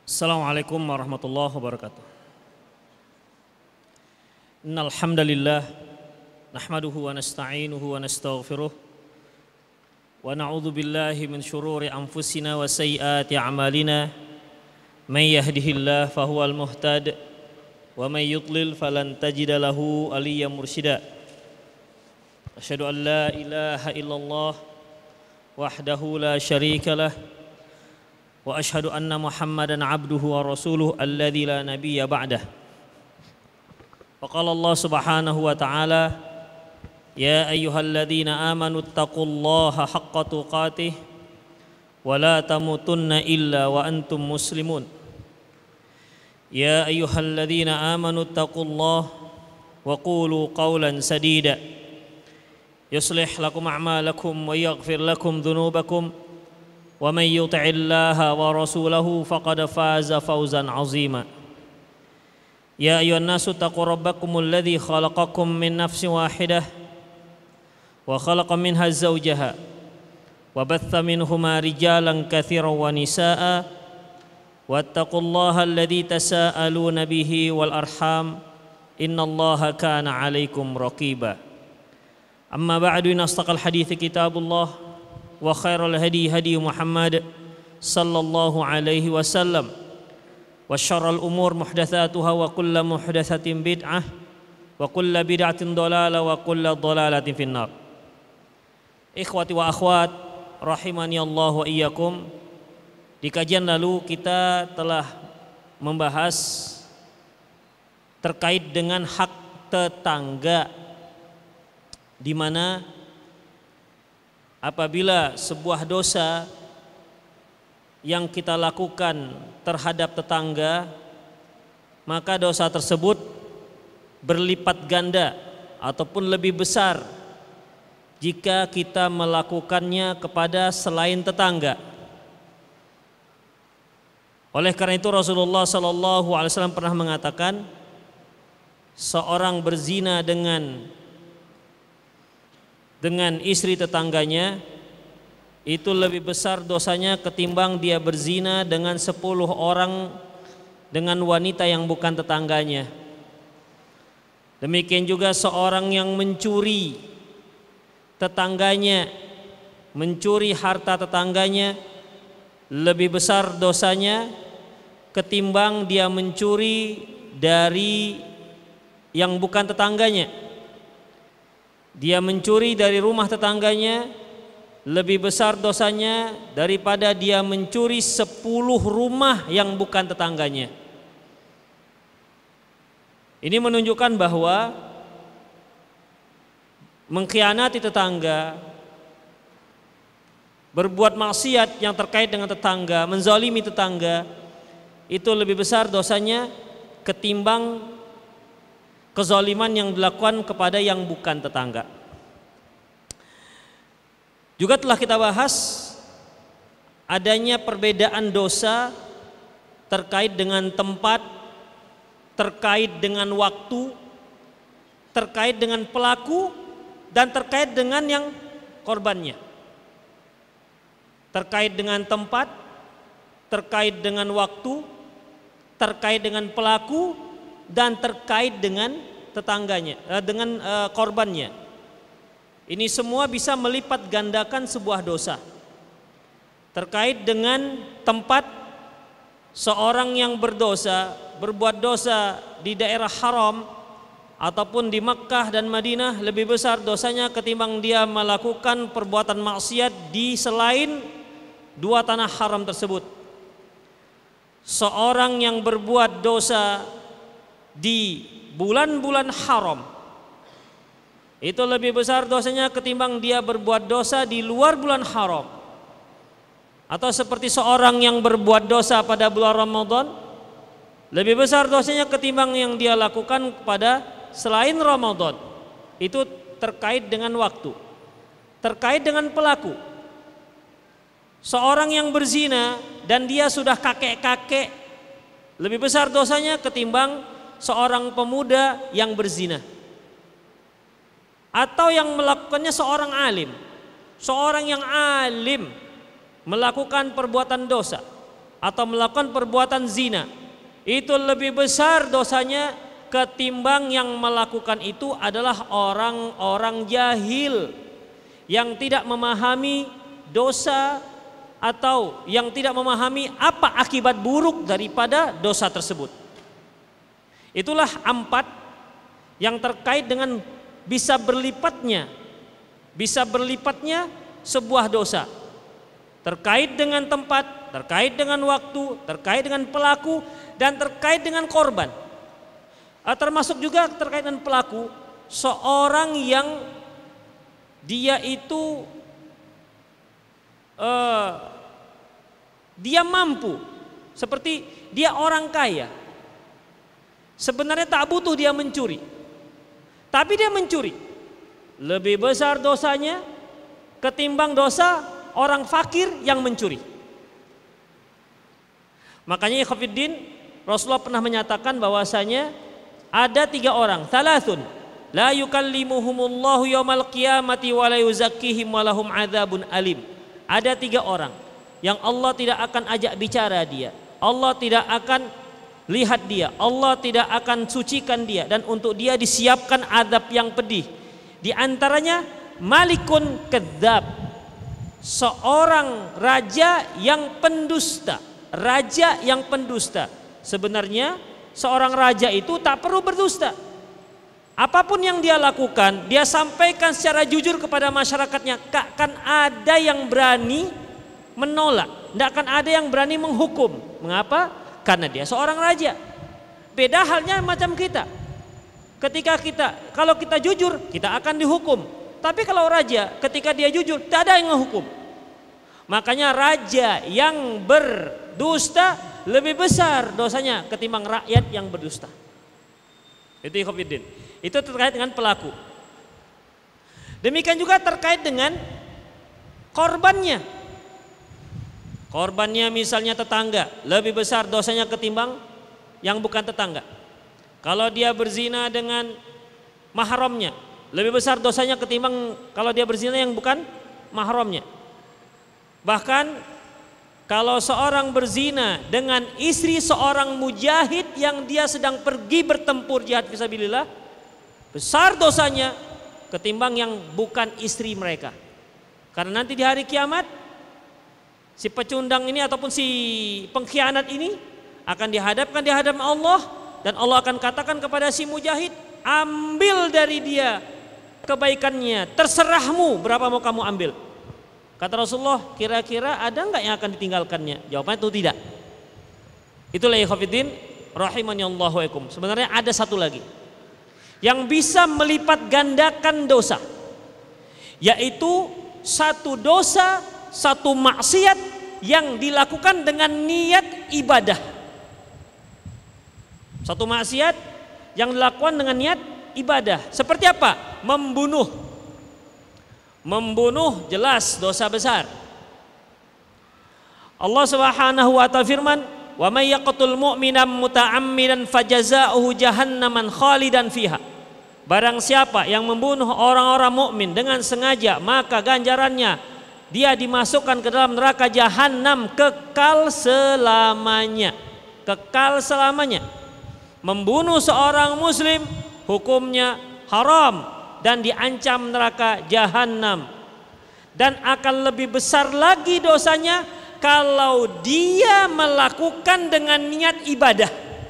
Assalamualaikum warahmatullahi wabarakatuh. Innal hamdalillah nahmaduhu wa nasta'inuhu wa nastaghfiruh wa na'udzu billahi min syururi anfusina wa sayyiati a'malina. May yahdihillahu fahuwal muhtad wa may yudlil falan tajida lahu waliyyan mursyida. Asyhadu an la ilaha illallah wahdahu la syarika lah wa asyhadu anna Muhammadan abduhu wa rasuluhu alladzi la nabiyya ba'dah. Faqala Allah subhanahu wa ta'ala, ya ayyuhalladzina amanu taqullaha haqqa tuqatih wa la tamutunna illa wa antum muslimun. Ya ayyuhalladzina amanu taqullaha wa qulu qawlan sadida yuslih lakum a'malakum wa yaghfir lakum dhunubakum wa man yuti'illaha wa rasulahu faqad faza fawzan 'azima. Ya ayyuhan nasu taqu rabbakumul ladzi khalaqakum min nafsin wahidah wa khalaqa minha zawjaha wa batha minhuma rijalan katsiran wa nisaa'a wattaqullaha alladzi tasaaluna bihi wal arham innallaha kana 'alaikum raqiba. Amma ba'du, in astaqal hadithi kitabullah wa khairul hadi hadi Muhammad sallallahu alaihi wasallam wa syarrul umur muhdatsatuha wa kullu muhdatsatin bid'ah wa kullu bid'atin dhalalah wa kullu dhalalatin finnar. Ikhwati wa akhwat rahimani Allah wa iyyakum. Di kajian lalu kita telah membahas terkait dengan hak tetangga, di mana apabila sebuah dosa yang kita lakukan terhadap tetangga, maka dosa tersebut berlipat ganda ataupun lebih besar jika kita melakukannya kepada selain tetangga. Oleh karena itu Rasulullah SAW pernah mengatakan, seorang berzina dengan istri tetangganya itu lebih besar dosanya ketimbang dia berzina dengan 10 orang dengan wanita yang bukan tetangganya. Demikian juga seorang yang mencuri tetangganya, mencuri harta tetangganya, lebih besar dosanya ketimbang dia mencuri dari yang bukan tetangganya. Dia mencuri dari rumah tetangganya, lebih besar dosanya daripada dia mencuri 10 rumah yang bukan tetangganya. Ini menunjukkan bahwa mengkhianati tetangga, berbuat maksiat yang terkait dengan tetangga, menzalimi tetangga, itu lebih besar dosanya ketimbang kezaliman yang dilakukan kepada yang bukan tetangga. Juga telah kita bahas adanya perbedaan dosa terkait dengan tempat, terkait dengan waktu, terkait dengan pelaku, dan terkait dengan yang korbannya. Terkait dengan tempat, terkait dengan waktu, terkait dengan pelaku, dan terkait dengan tetangganya, dengan korbannya. Ini semua bisa melipat gandakan sebuah dosa. Terkait dengan tempat, seorang yang berdosa, berbuat dosa di daerah haram ataupun di Makkah dan Madinah, lebih besar dosanya ketimbang dia melakukan perbuatan maksiat di selain dua tanah haram tersebut. Seorang yang berbuat dosa di bulan-bulan haram itu lebih besar dosanya ketimbang dia berbuat dosa di luar bulan haram. Atau seperti seorang yang berbuat dosa pada bulan Ramadan, lebih besar dosanya ketimbang yang dia lakukan pada selain Ramadan. Itu terkait dengan waktu, terkait dengan pelaku. Seorang yang berzina dan dia sudah kakek-kakek, lebih besar dosanya ketimbang seorang pemuda yang berzina. Atau yang melakukannya seorang alim. Seorang yang alim melakukan perbuatan dosa, atau melakukan perbuatan zina, itu lebih besar dosanya ketimbang yang melakukan itu adalah orang-orang jahil yang tidak memahami dosa atau yang tidak memahami apa akibat buruk daripada dosa tersebut. Itulah 4 yang terkait dengan bisa berlipatnya sebuah dosa, terkait dengan tempat, terkait dengan waktu, terkait dengan pelaku, dan terkait dengan korban. Termasuk juga terkait dengan pelaku, seorang yang dia itu dia mampu, seperti dia orang kaya, sebenarnya tak butuh dia mencuri, tapi dia mencuri, lebih besar dosanya ketimbang dosa orang fakir yang mencuri. Makanya ikhwatiddin, Rasulullah pernah menyatakan bahwasanya ada 3 orang, thalathun la yukallimuhumullahu yaumal qiyamati wa la yuzakkihim wa lahum adzabun alim. Ada 3 orang yang Allah tidak akan ajak bicara dia, Allah tidak akan lihat dia, Allah tidak akan sucikan dia, dan untuk dia disiapkan azab yang pedih. Di antaranya malikun kadzab, seorang raja yang pendusta. Raja yang pendusta. Sebenarnya seorang raja itu tak perlu berdusta. Apapun yang dia lakukan, dia sampaikan secara jujur kepada masyarakatnya. Tak akan ada yang berani menolak, tidak akan ada yang berani menghukum. Mengapa? Karena dia seorang raja. Beda halnya macam kita. Kalau kita jujur, kita akan dihukum. Tapi kalau raja, ketika dia jujur, tak ada yang menghukum. Makanya raja yang berdusta lebih besar dosanya ketimbang rakyat yang berdusta. Itu ikhwatiddin. Itu terkait dengan pelaku. Demikian juga terkait dengan korbannya. Korbannya misalnya tetangga, lebih besar dosanya ketimbang yang bukan tetangga. Kalau dia berzina dengan mahramnya, lebih besar dosanya ketimbang kalau dia berzina yang bukan mahramnya. Bahkan kalau seorang berzina dengan istri seorang mujahid yang dia sedang pergi bertempur jihad fisabilillah, besar dosanya ketimbang yang bukan istri mereka. Karena nanti di hari kiamat si pecundang ini ataupun si pengkhianat ini akan dihadapkan di hadapan Allah, dan Allah akan katakan kepada si mujahid, ambil dari dia kebaikannya, terserahmu berapa mau kamu ambil. Kata Rasulullah, kira-kira ada enggak yang akan ditinggalkannya? Jawabannya itu tidak. Itulah ikhwatiddin rahimani Allah wa ikum. Sebenarnya ada satu lagi yang bisa melipat gandakan dosa, yaitu satu dosa, satu maksiat yang dilakukan dengan niat ibadah. Satu maksiat yang dilakukan dengan niat ibadah. Seperti apa? Membunuh. Membunuh jelas dosa besar. Allah Subhanahu wa ta'ala firman, "Wa may yaqtul mu'mina muta'ammidan fajazaohu jahannaman khalidan fiha." Barang siapa yang membunuh orang-orang mukmin dengan sengaja, maka ganjarannya dia dimasukkan ke dalam neraka jahanam kekal selamanya. Kekal selamanya. Membunuh seorang muslim hukumnya haram dan diancam neraka jahanam, dan akan lebih besar lagi dosanya kalau dia melakukan dengan niat ibadah.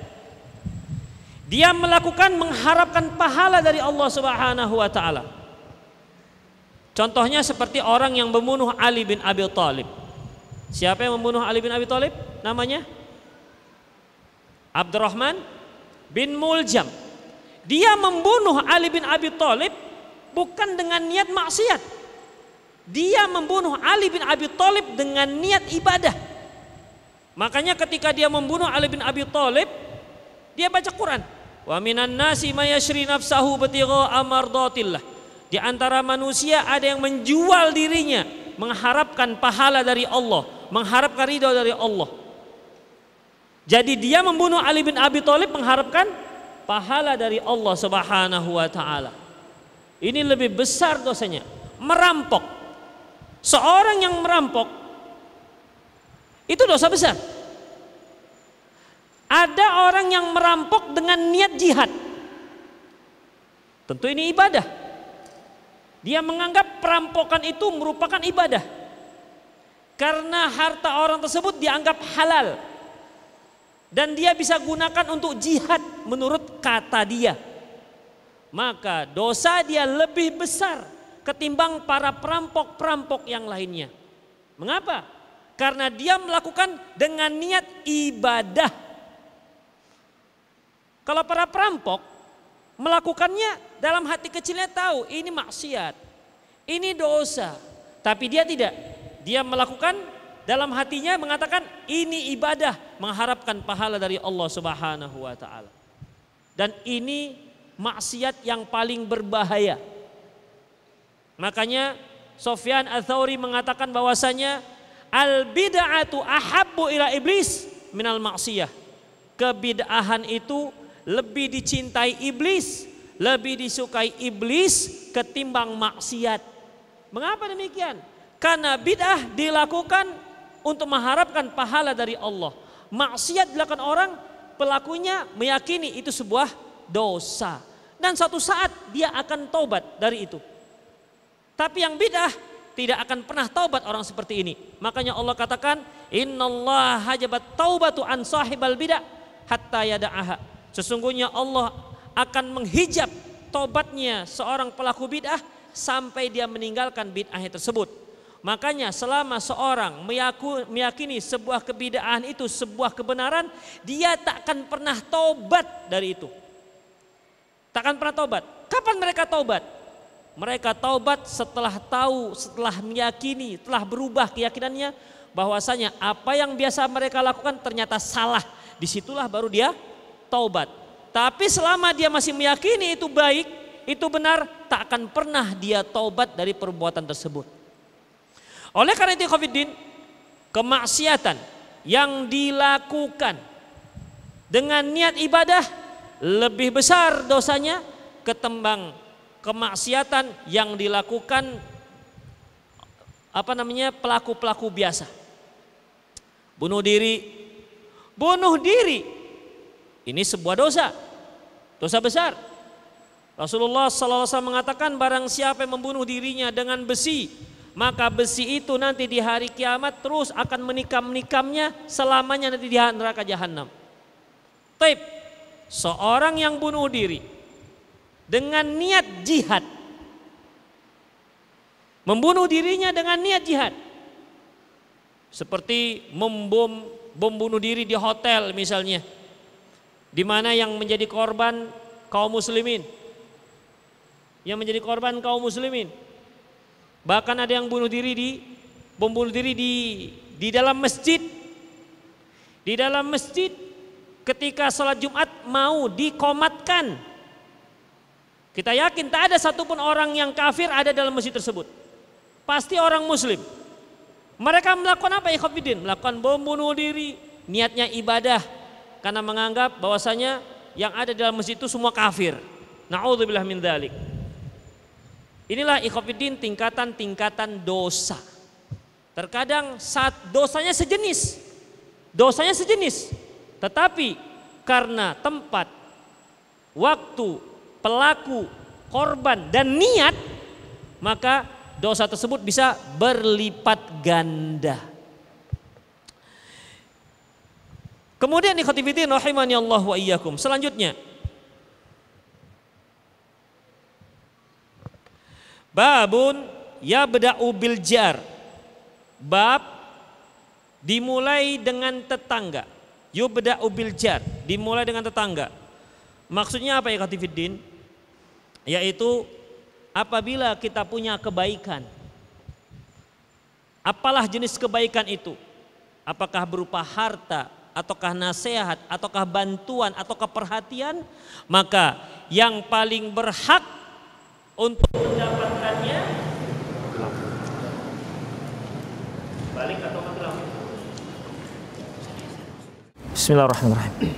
Dia melakukan mengharapkan pahala dari Allah Subhanahu wa ta'ala. Contohnya seperti orang yang membunuh Ali bin Abi Thalib. Siapa yang membunuh Ali bin Abi Thalib? Namanya Abdurrahman bin Muljam. Dia membunuh Ali bin Abi Thalib bukan dengan niat maksiat. Dia membunuh Ali bin Abi Thalib dengan niat ibadah. Makanya ketika dia membunuh Ali bin Abi Thalib, dia baca Quran. Wa minan nasi may yashri nafsahu batigha amardatillah. Di antara manusia ada yang menjual dirinya mengharapkan pahala dari Allah, mengharapkan ridha dari Allah. Jadi dia membunuh Ali bin Abi Thalib mengharapkan pahala dari Allah Subhanahu wa ta'ala. Ini lebih besar dosanya. Merampok. Seorang yang merampok itu dosa besar. Ada orang yang merampok dengan niat jihad. Tentu ini ibadah. Dia menganggap perampokan itu merupakan ibadah. Karena harta orang tersebut dianggap halal. Dan dia bisa gunakan untuk jihad menurut kata dia. Maka dosa dia lebih besar ketimbang para perampok-perampok yang lainnya. Mengapa? Karena dia melakukan dengan niat ibadah. Kalau para perampok melakukannya dalam hati kecilnya tahu ini maksiat, ini dosa. Tapi dia tidak. Dia melakukan dalam hatinya mengatakan ini ibadah, mengharapkan pahala dari Allah Subhanahu wa taala. Dan ini maksiat yang paling berbahaya. Makanya Sufyan Ats-Tsauri mengatakan bahwasanya al-bid'atu ahabbu ila iblis minal maksiyah. Kebid'ahan itu lebih dicintai iblis, lebih disukai iblis ketimbang maksiat. Mengapa demikian? Karena bid'ah dilakukan untuk mengharapkan pahala dari Allah. Maksiat dilakukan orang, pelakunya meyakini itu sebuah dosa. Dan suatu saat dia akan taubat dari itu. Tapi yang bid'ah tidak akan pernah taubat orang seperti ini. Makanya Allah katakan, innallaha hajabat taubatu an sahibal bid'ah hatta yada'aha. Sesungguhnya Allah akan menghijab tobatnya seorang pelaku bid'ah sampai dia meninggalkan bid'ahnya tersebut. Makanya selama seorang meyakini sebuah kebid'ahan itu sebuah kebenaran, dia tak akan pernah tobat dari itu. Tak akan pernah tobat. Kapan mereka tobat? Mereka taubat setelah tahu, setelah meyakini, telah berubah keyakinannya bahwasanya apa yang biasa mereka lakukan ternyata salah. Disitulah baru dia taubat. Tapi selama dia masih meyakini itu baik, itu benar, tak akan pernah dia taubat dari perbuatan tersebut. Oleh karena itu Khofiddin, kemaksiatan yang dilakukan dengan niat ibadah lebih besar dosanya ketimbang kemaksiatan yang dilakukan pelaku-pelaku biasa. Bunuh diri ini sebuah dosa besar. Rasulullah SAW mengatakan barang siapa yang membunuh dirinya dengan besi, maka besi itu nanti di hari kiamat terus akan menikam-nikamnya selamanya nanti di neraka jahanam. Taib, seorang yang bunuh diri dengan niat jihad, membunuh dirinya dengan niat jihad, seperti bom bunuh diri di hotel misalnya, di mana yang menjadi korban kaum muslimin, bahkan ada yang bom bunuh diri di dalam masjid, ketika sholat Jumat mau dikomatkan. Kita yakin tak ada satupun orang yang kafir ada dalam masjid tersebut, pasti orang muslim. Mereka melakukan apa ya Khofiddin? Melakukan bom bunuh diri, niatnya ibadah. Karena menganggap bahwasanya yang ada dalam masjid itu semua kafir. Na'udzubillah min dzalik. Inilah Khofiddin tingkatan-tingkatan dosa. Terkadang saat dosanya sejenis, tetapi karena tempat, waktu, pelaku, korban dan niat, maka dosa tersebut bisa berlipat ganda. Kemudian ikhwatifiddin rahimani Allah wa iyyakum. Selanjutnya, babun yabda'u bil jar. Bab dimulai dengan tetangga. Yubda'u bil jar, dimulai dengan tetangga. Maksudnya apa ya ikhwatifiddin? Yaitu apabila kita punya kebaikan, apalah jenis kebaikan itu? Apakah berupa harta, ataukah nasihat, ataukah bantuan, ataukah perhatian, maka yang paling berhak untuk mendapatkannya balik atau menggelam. Bismillahirrahmanirrahim.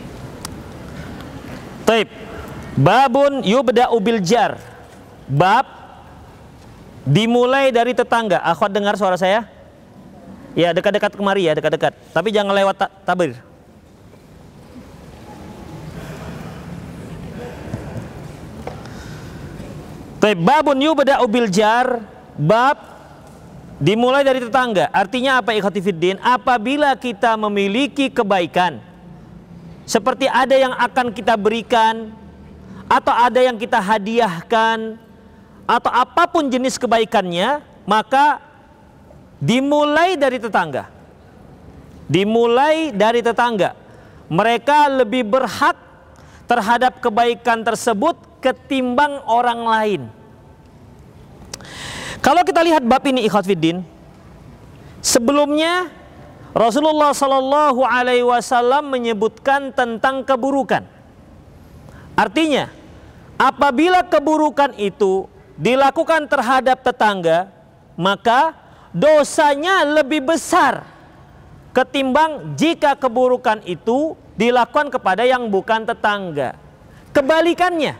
Taib, babun yubda'u bil jar. Bab dimulai dari tetangga. Akhwat dengar suara saya? Ya, dekat-dekat kemari ya, dekat-dekat. Tapi jangan lewat tabir. Babun yubda'u bil jar, bab dimulai dari tetangga. Artinya apa ikhwati fiddin? Apabila kita memiliki kebaikan, seperti ada yang akan kita berikan, atau ada yang kita hadiahkan, atau apapun jenis kebaikannya, maka dimulai dari tetangga. Dimulai dari tetangga. Mereka lebih berhak terhadap kebaikan tersebut ketimbang orang lain. Kalau kita lihat bab ini ikhwat fiddin, sebelumnya Rasulullah Sallallahu Alaihi Wasallam menyebutkan tentang keburukan. Artinya, apabila keburukan itu dilakukan terhadap tetangga, maka dosanya lebih besar ketimbang jika keburukan itu dilakukan kepada yang bukan tetangga. Kebalikannya,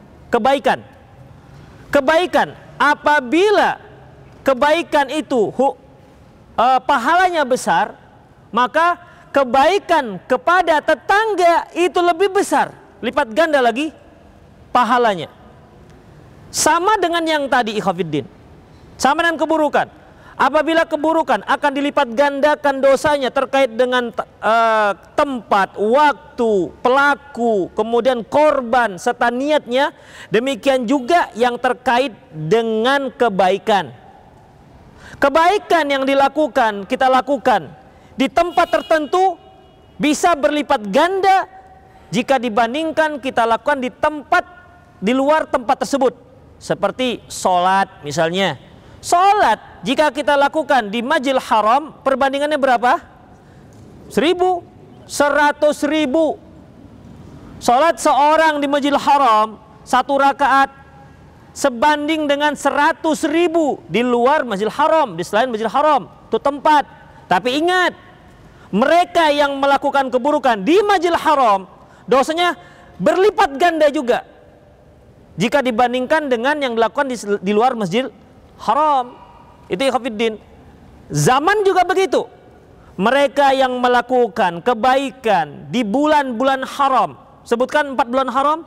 kebaikan apabila kebaikan itu pahalanya besar, maka kebaikan kepada tetangga itu lebih besar, lipat ganda lagi pahalanya. Sama dengan yang tadi ikhwafiddin, sama dengan keburukan. Apabila keburukan akan dilipat gandakan dosanya terkait dengan tempat, waktu, pelaku, kemudian korban serta niatnya, demikian juga yang terkait dengan kebaikan. Kebaikan yang dilakukan, kita lakukan di tempat tertentu bisa berlipat ganda jika dibandingkan kita lakukan di tempat di luar tempat tersebut. Seperti sholat misalnya. Sholat jika kita lakukan di Masjidil Haram, perbandingannya berapa? 1.000, 100.000. Sholat seorang di Masjidil Haram 1 rakaat sebanding dengan 100.000 di luar Masjidil Haram, di selain Masjidil Haram. Itu tempat. Tapi ingat, mereka yang melakukan keburukan di Masjidil Haram, dosanya berlipat ganda juga jika dibandingkan dengan yang dilakukan di luar Masjidil Haram. Itu ikhwatiddin. Zaman juga begitu. Mereka yang melakukan kebaikan di bulan-bulan haram. Sebutkan 4 bulan haram.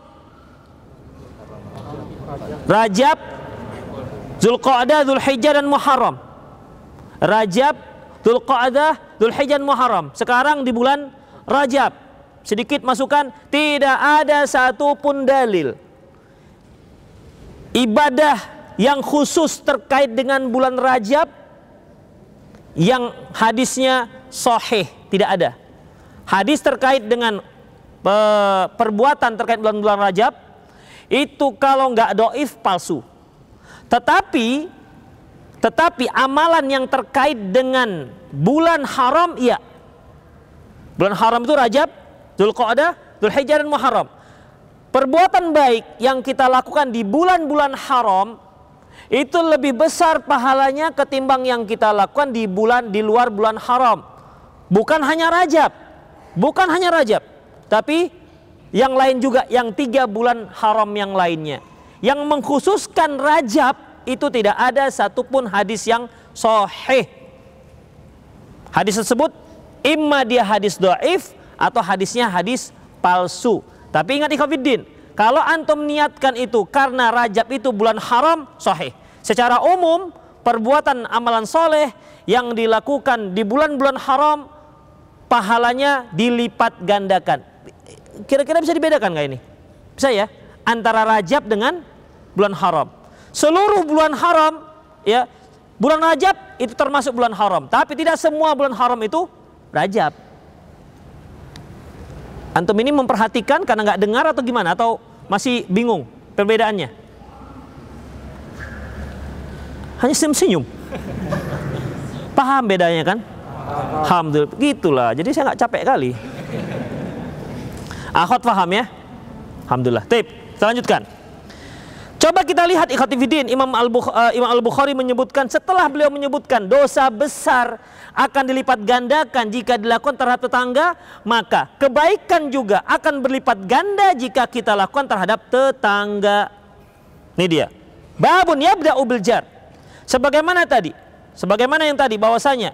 Rajab, Zulqa'dah, Zulhijjah dan Muharram. Rajab, Zulqa'dah, Zulhijjah dan Muharram. Sekarang di bulan Rajab. Sedikit masukan, tidak ada satupun dalil ibadah yang khusus terkait dengan bulan Rajab yang hadisnya sahih, tidak ada. Hadis terkait dengan perbuatan terkait bulan-bulan Rajab itu kalau nggak doif palsu. Tetapi amalan yang terkait dengan bulan haram, iya. Bulan haram itu Rajab, Zulqa'dah, Zulhijjah dan Muharram. Perbuatan baik yang kita lakukan di bulan-bulan haram itu lebih besar pahalanya ketimbang yang kita lakukan di luar bulan haram. Bukan hanya Rajab, tapi yang lain juga, yang 3 bulan haram yang lainnya. Yang mengkhususkan Rajab itu tidak ada satupun hadis yang sahih. Hadis tersebut imma dia hadis dhaif atau hadisnya hadis palsu. Tapi ingat ikhwatiddin, kalau antum niatkan itu karena Rajab itu bulan haram, sahih. Secara umum, perbuatan amalan soleh yang dilakukan di bulan-bulan haram, pahalanya dilipat gandakan. Kira-kira bisa dibedakan nggak ini? Bisa ya? Antara Rajab dengan bulan haram. Seluruh bulan haram, ya, bulan Rajab itu termasuk bulan haram. Tapi tidak semua bulan haram itu Rajab. Antum ini memperhatikan karena nggak dengar atau gimana? Atau masih bingung perbedaannya? Hanya senyum-senyum. Paham bedanya kan? Alhamdulillah. Begitulah. Jadi saya nggak capek kali. Akhwat paham ya? Alhamdulillah. Baik, kita lanjutkan. Coba kita lihat ikhwatiddin, Imam Al-Bukhari menyebutkan, setelah beliau menyebutkan dosa besar akan dilipat gandakan jika dilakukan terhadap tetangga, maka kebaikan juga akan berlipat ganda jika kita lakukan terhadap tetangga. Ini dia. Babun yabda'u bil jar. Sebagaimana yang tadi bahwasanya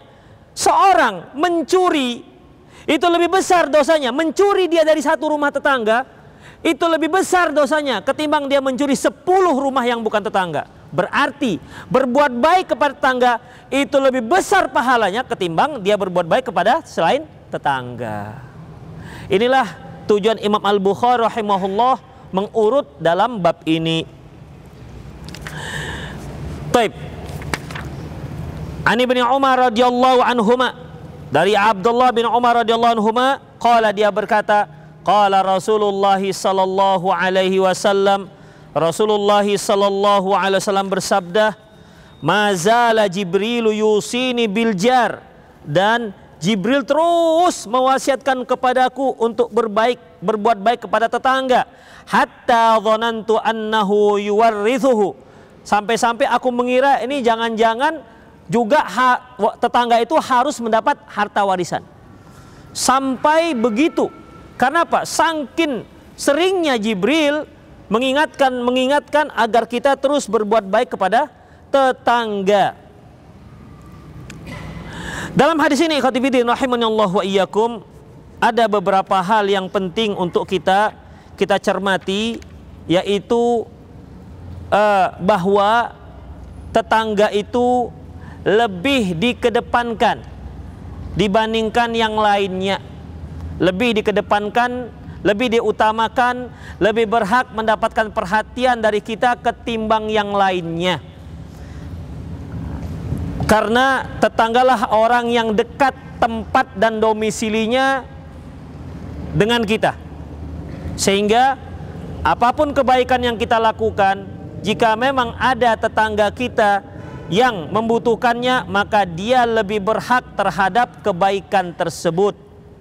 seorang mencuri itu lebih besar dosanya, mencuri dia dari satu rumah tetangga itu lebih besar dosanya ketimbang dia mencuri 10 rumah yang bukan tetangga. Berarti berbuat baik kepada tetangga itu lebih besar pahalanya ketimbang dia berbuat baik kepada selain tetangga. Inilah tujuan Imam Al-Bukhari rahimahullah mengurut dalam bab ini. Taib. Ani bin Umar radhiyallahu anhuma, dari Abdullah bin Umar radhiyallahu anhuma, qala, dia berkata, qala Rasulullah sallallahu alaihi wasallam, Rasulullah sallallahu alaihi wasallam bersabda, mazala Jibril yusini bil jar, dan Jibril terus mewasiatkan kepadaku untuk berbuat baik kepada tetangga, hatta dhanantu annahu yuwarrithuhu, sampai-sampai aku mengira ini jangan-jangan juga tetangga itu harus mendapat harta warisan. Sampai begitu. Karena apa? Saking seringnya Jibril mengingatkan agar kita terus berbuat baik kepada tetangga. Dalam hadis ini, ikhwatifiddin rahimanallahu wa iyyakum, ada beberapa hal yang penting untuk kita cermati, yaitu bahwa tetangga itu lebih dikedepankan dibandingkan yang lainnya. Lebih dikedepankan, lebih diutamakan, lebih berhak mendapatkan perhatian dari kita ketimbang yang lainnya. Karena tetanggalah orang yang dekat tempat dan domisilinya dengan kita. Sehingga apapun kebaikan yang kita lakukan, jika memang ada tetangga kita yang membutuhkannya, maka dia lebih berhak terhadap kebaikan tersebut.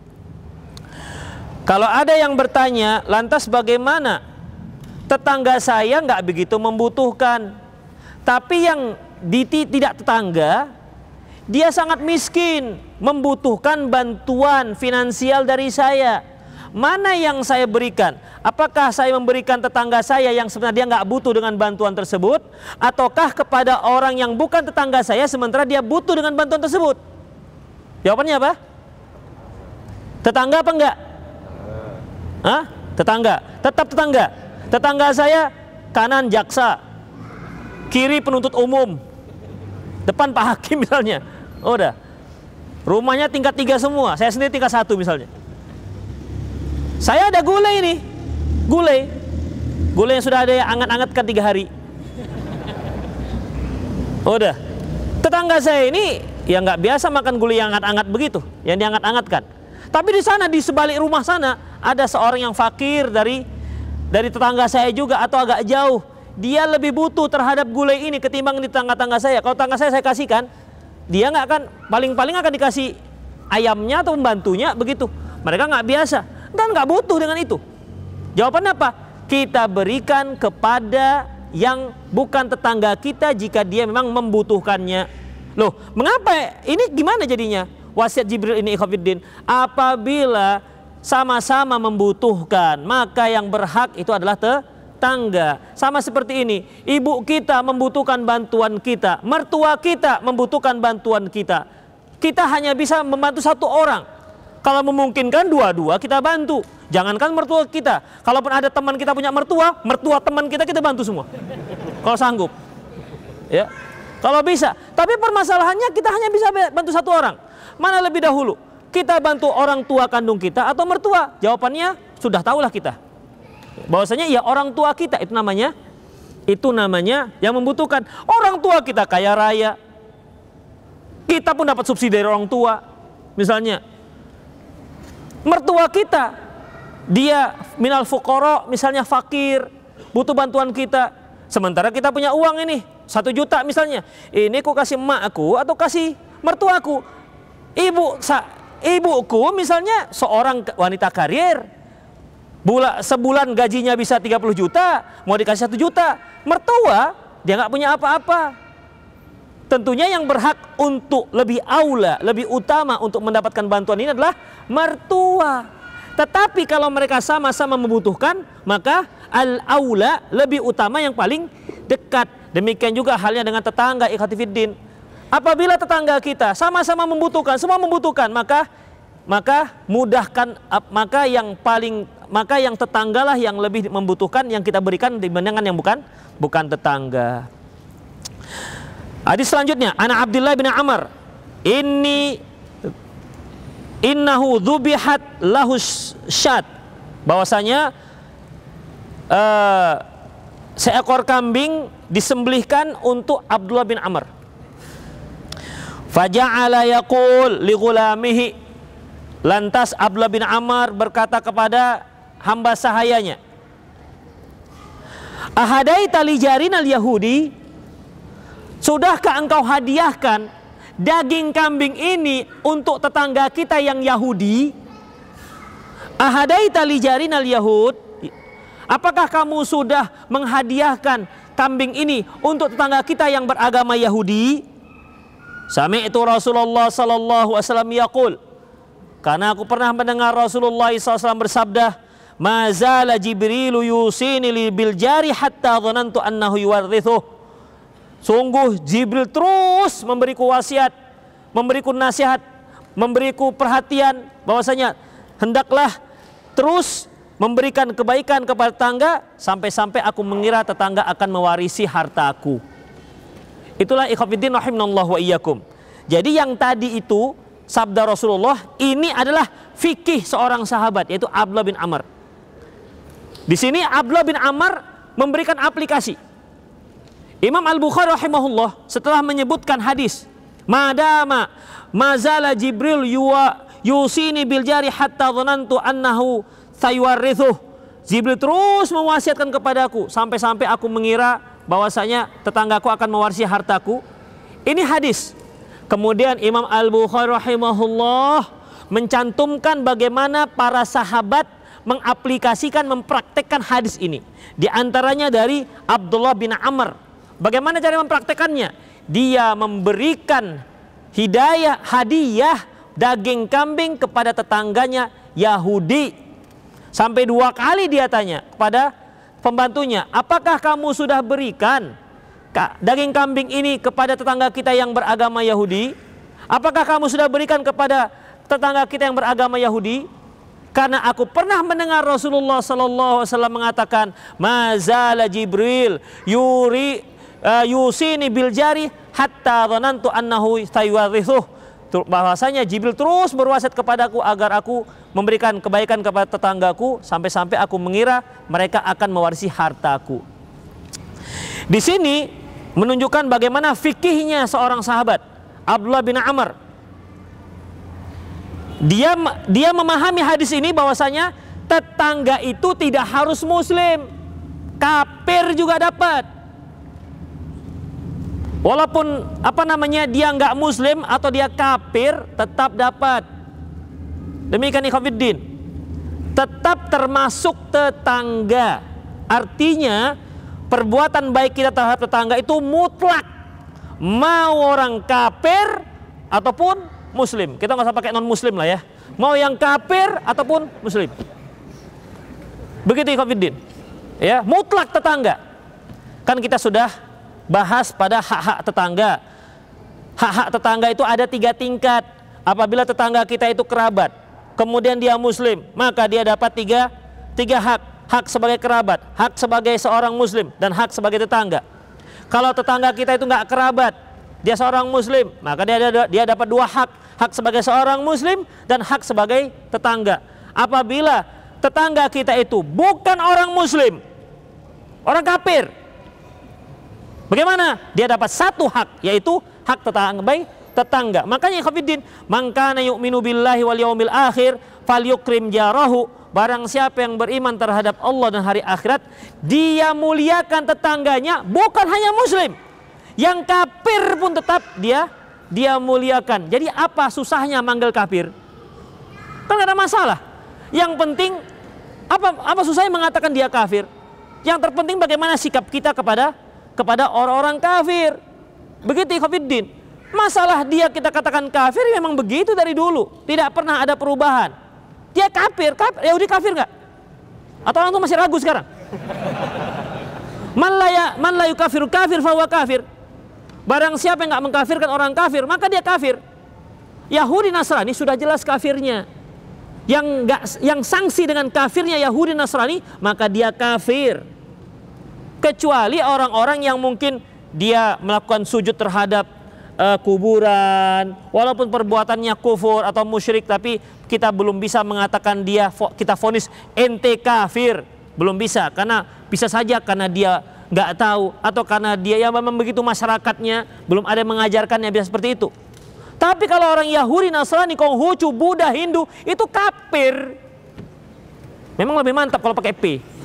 Kalau ada yang bertanya, lantas bagaimana tetangga saya nggak begitu membutuhkan, tapi yang tidak tetangga, dia sangat miskin, membutuhkan bantuan finansial dari saya. Mana yang saya berikan? Apakah saya memberikan tetangga saya yang sebenarnya dia nggak butuh dengan bantuan tersebut, ataukah kepada orang yang bukan tetangga saya sementara dia butuh dengan bantuan tersebut? Jawabannya apa? Tetangga apa enggak? Hah? Tetangga, tetap tetangga. Tetangga saya kanan jaksa, kiri penuntut umum, depan Pak Hakim misalnya. Oh, udah. Rumahnya tingkat 3 semua, saya sendiri tingkat 1 misalnya. Saya ada gulai nih, gulai yang sudah ada yang anget-angetkan 3 hari. Oh, udah. Tetangga saya ini ya nggak biasa makan gulai yang anget-anget begitu, yang dianget-angetkan. Tapi di sana, di sebalik rumah sana, ada seorang yang fakir dari tetangga saya juga atau agak jauh. Dia lebih butuh terhadap gulai ini ketimbang di tetangga-tetangga saya. Kalau tetangga saya kasihkan, dia nggak akan, paling-paling akan dikasih ayamnya atau pembantunya begitu. Mereka nggak biasa dan nggak butuh dengan itu. Jawabannya apa? Kita berikan kepada yang bukan tetangga kita jika dia memang membutuhkannya. Loh, mengapa? Ini gimana jadinya? Wasiat Jibril ini, ikhwatiddin, apabila sama-sama membutuhkan, maka yang berhak itu adalah tetangga. Sama seperti ini, ibu kita membutuhkan bantuan kita, mertua kita membutuhkan bantuan kita. Kita hanya bisa membantu satu orang. Kalau memungkinkan dua-dua kita bantu. Jangankan mertua kita, kalaupun ada teman kita punya mertua teman kita bantu semua. Kalau sanggup. Ya. Kalau bisa. Tapi permasalahannya kita hanya bisa bantu satu orang. Mana lebih dahulu? Kita bantu orang tua kandung kita atau mertua? Jawabannya sudah tahulah kita. Bahwasanya ya orang tua kita itu namanya yang membutuhkan. Orang tua kita kaya raya. Kita pun dapat subsidi dari orang tua. Misalnya mertua kita, dia minal fuqara, misalnya fakir, butuh bantuan kita. Sementara kita punya uang ini 1 juta misalnya. Ini ku kasih emak aku atau kasih mertuaku. Ibuku misalnya seorang wanita karir, sebulan gajinya bisa 30 juta, mau dikasih 1 juta. Mertua dia nggak punya apa-apa. Tentunya yang berhak untuk lebih aula, lebih utama untuk mendapatkan bantuan ini adalah mertua. Tetapi kalau mereka sama-sama membutuhkan, maka al-aula, lebih utama yang paling dekat. Demikian juga halnya dengan tetangga, ikhwatifiddin. Apabila tetangga kita sama-sama membutuhkan, semua membutuhkan, maka mudahkan, maka yang paling maka yang tetanggalah yang lebih membutuhkan yang kita berikan dibandingkan yang bukan tetangga. Hadis selanjutnya, ana Abdullah bin Amr, innahu dzubihat lahu syat, bahwasanya seekor kambing disembelihkan untuk Abdullah bin Amr. Faja'ala yaqul li ghulamihi, lantas Abdullah bin Amr berkata kepada hamba sahayanya, ahadaita li jarinal yahudi, sudahkah engkau hadiahkan daging kambing ini untuk tetangga kita yang Yahudi? Ahadaita li jarinal yahud, apakah kamu sudah menghadiahkan kambing ini untuk tetangga kita yang beragama Yahudi? Sami'tu Rasulullah sallallahu alaihi wasallam yaqul, karena aku pernah mendengar Rasulullah SAW bersabda, ma zala Jibrilu yusini bil jari hatta dhanantu annahu yuwarrithuh. Sungguh Jibril terus memberiku wasiat, memberiku nasihat, memberiku perhatian bahwasanya hendaklah terus memberikan kebaikan kepada tetangga sampai-sampai aku mengira tetangga akan mewarisi hartaku. Itulah ikhwatiddin rahimanallahu wa iyyakum. Jadi yang tadi itu sabda Rasulullah, ini adalah fikih seorang sahabat yaitu Abdullah bin Amr. Di sini Abdullah bin Amr memberikan aplikasi. Imam Al-Bukhari rahimahullah setelah menyebutkan hadis, madama mazala Jibril yusini bil jari hatta dhanantu annahu sayuwarrithuh. Jibril terus mewasiatkan kepadaku sampai-sampai aku mengira bahwasanya tetanggaku akan mewarisi hartaku. Ini hadis. Kemudian Imam Al-Bukhari rahimahullah mencantumkan bagaimana para sahabat mengaplikasikan, mempraktekkan hadis ini. Di antaranya dari Abdullah bin Amr. Bagaimana cara mempraktekannya? Dia memberikan hadiah daging kambing kepada tetangganya Yahudi. Sampai 2 kali dia tanya kepada pembantunya, apakah kamu sudah berikan daging kambing ini kepada tetangga kita yang beragama Yahudi? Apakah kamu sudah berikan kepada tetangga kita yang beragama Yahudi? Karena aku pernah mendengar Rasulullah sallallahu alaihi wasallam mengatakan, mazala Jibril yusini bil jari hatta dhanantu annahu sayuwarrithuh. Bahwasanya Jibril terus berwasiat kepadaku agar aku memberikan kebaikan kepada tetanggaku sampai-sampai aku mengira mereka akan mewarisi hartaku. Di sini menunjukkan bagaimana fikihnya seorang sahabat Abdullah bin Amr. Dia memahami hadis ini bahwasanya tetangga itu tidak harus muslim, kafir juga dapat. Walaupun dia nggak muslim atau dia kafir tetap dapat. Demikian ikhwatiddin, tetap termasuk tetangga. Artinya perbuatan baik kita terhadap tetangga itu mutlak, mau orang kafir ataupun muslim. Kita nggak usah pakai non muslim lah ya, mau yang kafir ataupun muslim. Begitu ikhwatiddin, ya, mutlak tetangga. Kan kita sudah bahas pada hak-hak tetangga. Hak-hak tetangga itu ada 3 tingkat. Apabila tetangga kita itu kerabat, kemudian dia muslim, maka dia dapat tiga hak. Hak sebagai kerabat, hak sebagai seorang muslim, dan hak sebagai tetangga. Kalau tetangga kita itu nggak kerabat, dia seorang muslim, maka dia dapat 2 hak. Hak sebagai seorang muslim dan hak sebagai tetangga. Apabila tetangga kita itu bukan orang muslim, orang kafir, bagaimana? Dia dapat 1 hak, yaitu hak tetangga. Makanya ikhwatiddin, man kana yu'minu billahi wal yaumil akhir falyukrim jarahu. Barang siapa yang beriman terhadap Allah dan hari akhirat, dia muliakan tetangganya, bukan hanya muslim, yang kafir pun tetap dia muliakan. Jadi apa susahnya manggil kafir? Kan gak ada masalah. Yang penting apa susahnya mengatakan dia kafir? Yang terpenting bagaimana sikap kita kepada orang-orang kafir. Begitu ikhwatiddin. Masalah dia kita katakan kafir memang begitu dari dulu, tidak pernah ada perubahan. Dia kafir, Yahudi kafir nggak? Atau orang itu masih ragu sekarang? Man la yukafiru kafir fahuwa kafir. Barang siapa yang nggak mengkafirkan orang kafir, maka dia kafir. Yahudi Nasrani sudah jelas kafirnya. yang sanksi dengan kafirnya Yahudi Nasrani, maka dia kafir. Kecuali orang-orang yang mungkin dia melakukan sujud terhadap kuburan, walaupun perbuatannya kufur atau musyrik, tapi kita belum bisa mengatakan kita vonis ente kafir, belum bisa, karena bisa saja karena dia nggak tahu atau karena dia yang memang begitu masyarakatnya belum ada yang mengajarkannya bisa seperti itu. Tapi kalau orang Yahudi, Nasrani, Konghucu, Buddha, Hindu itu kafir. Memang lebih mantap kalau pakai P.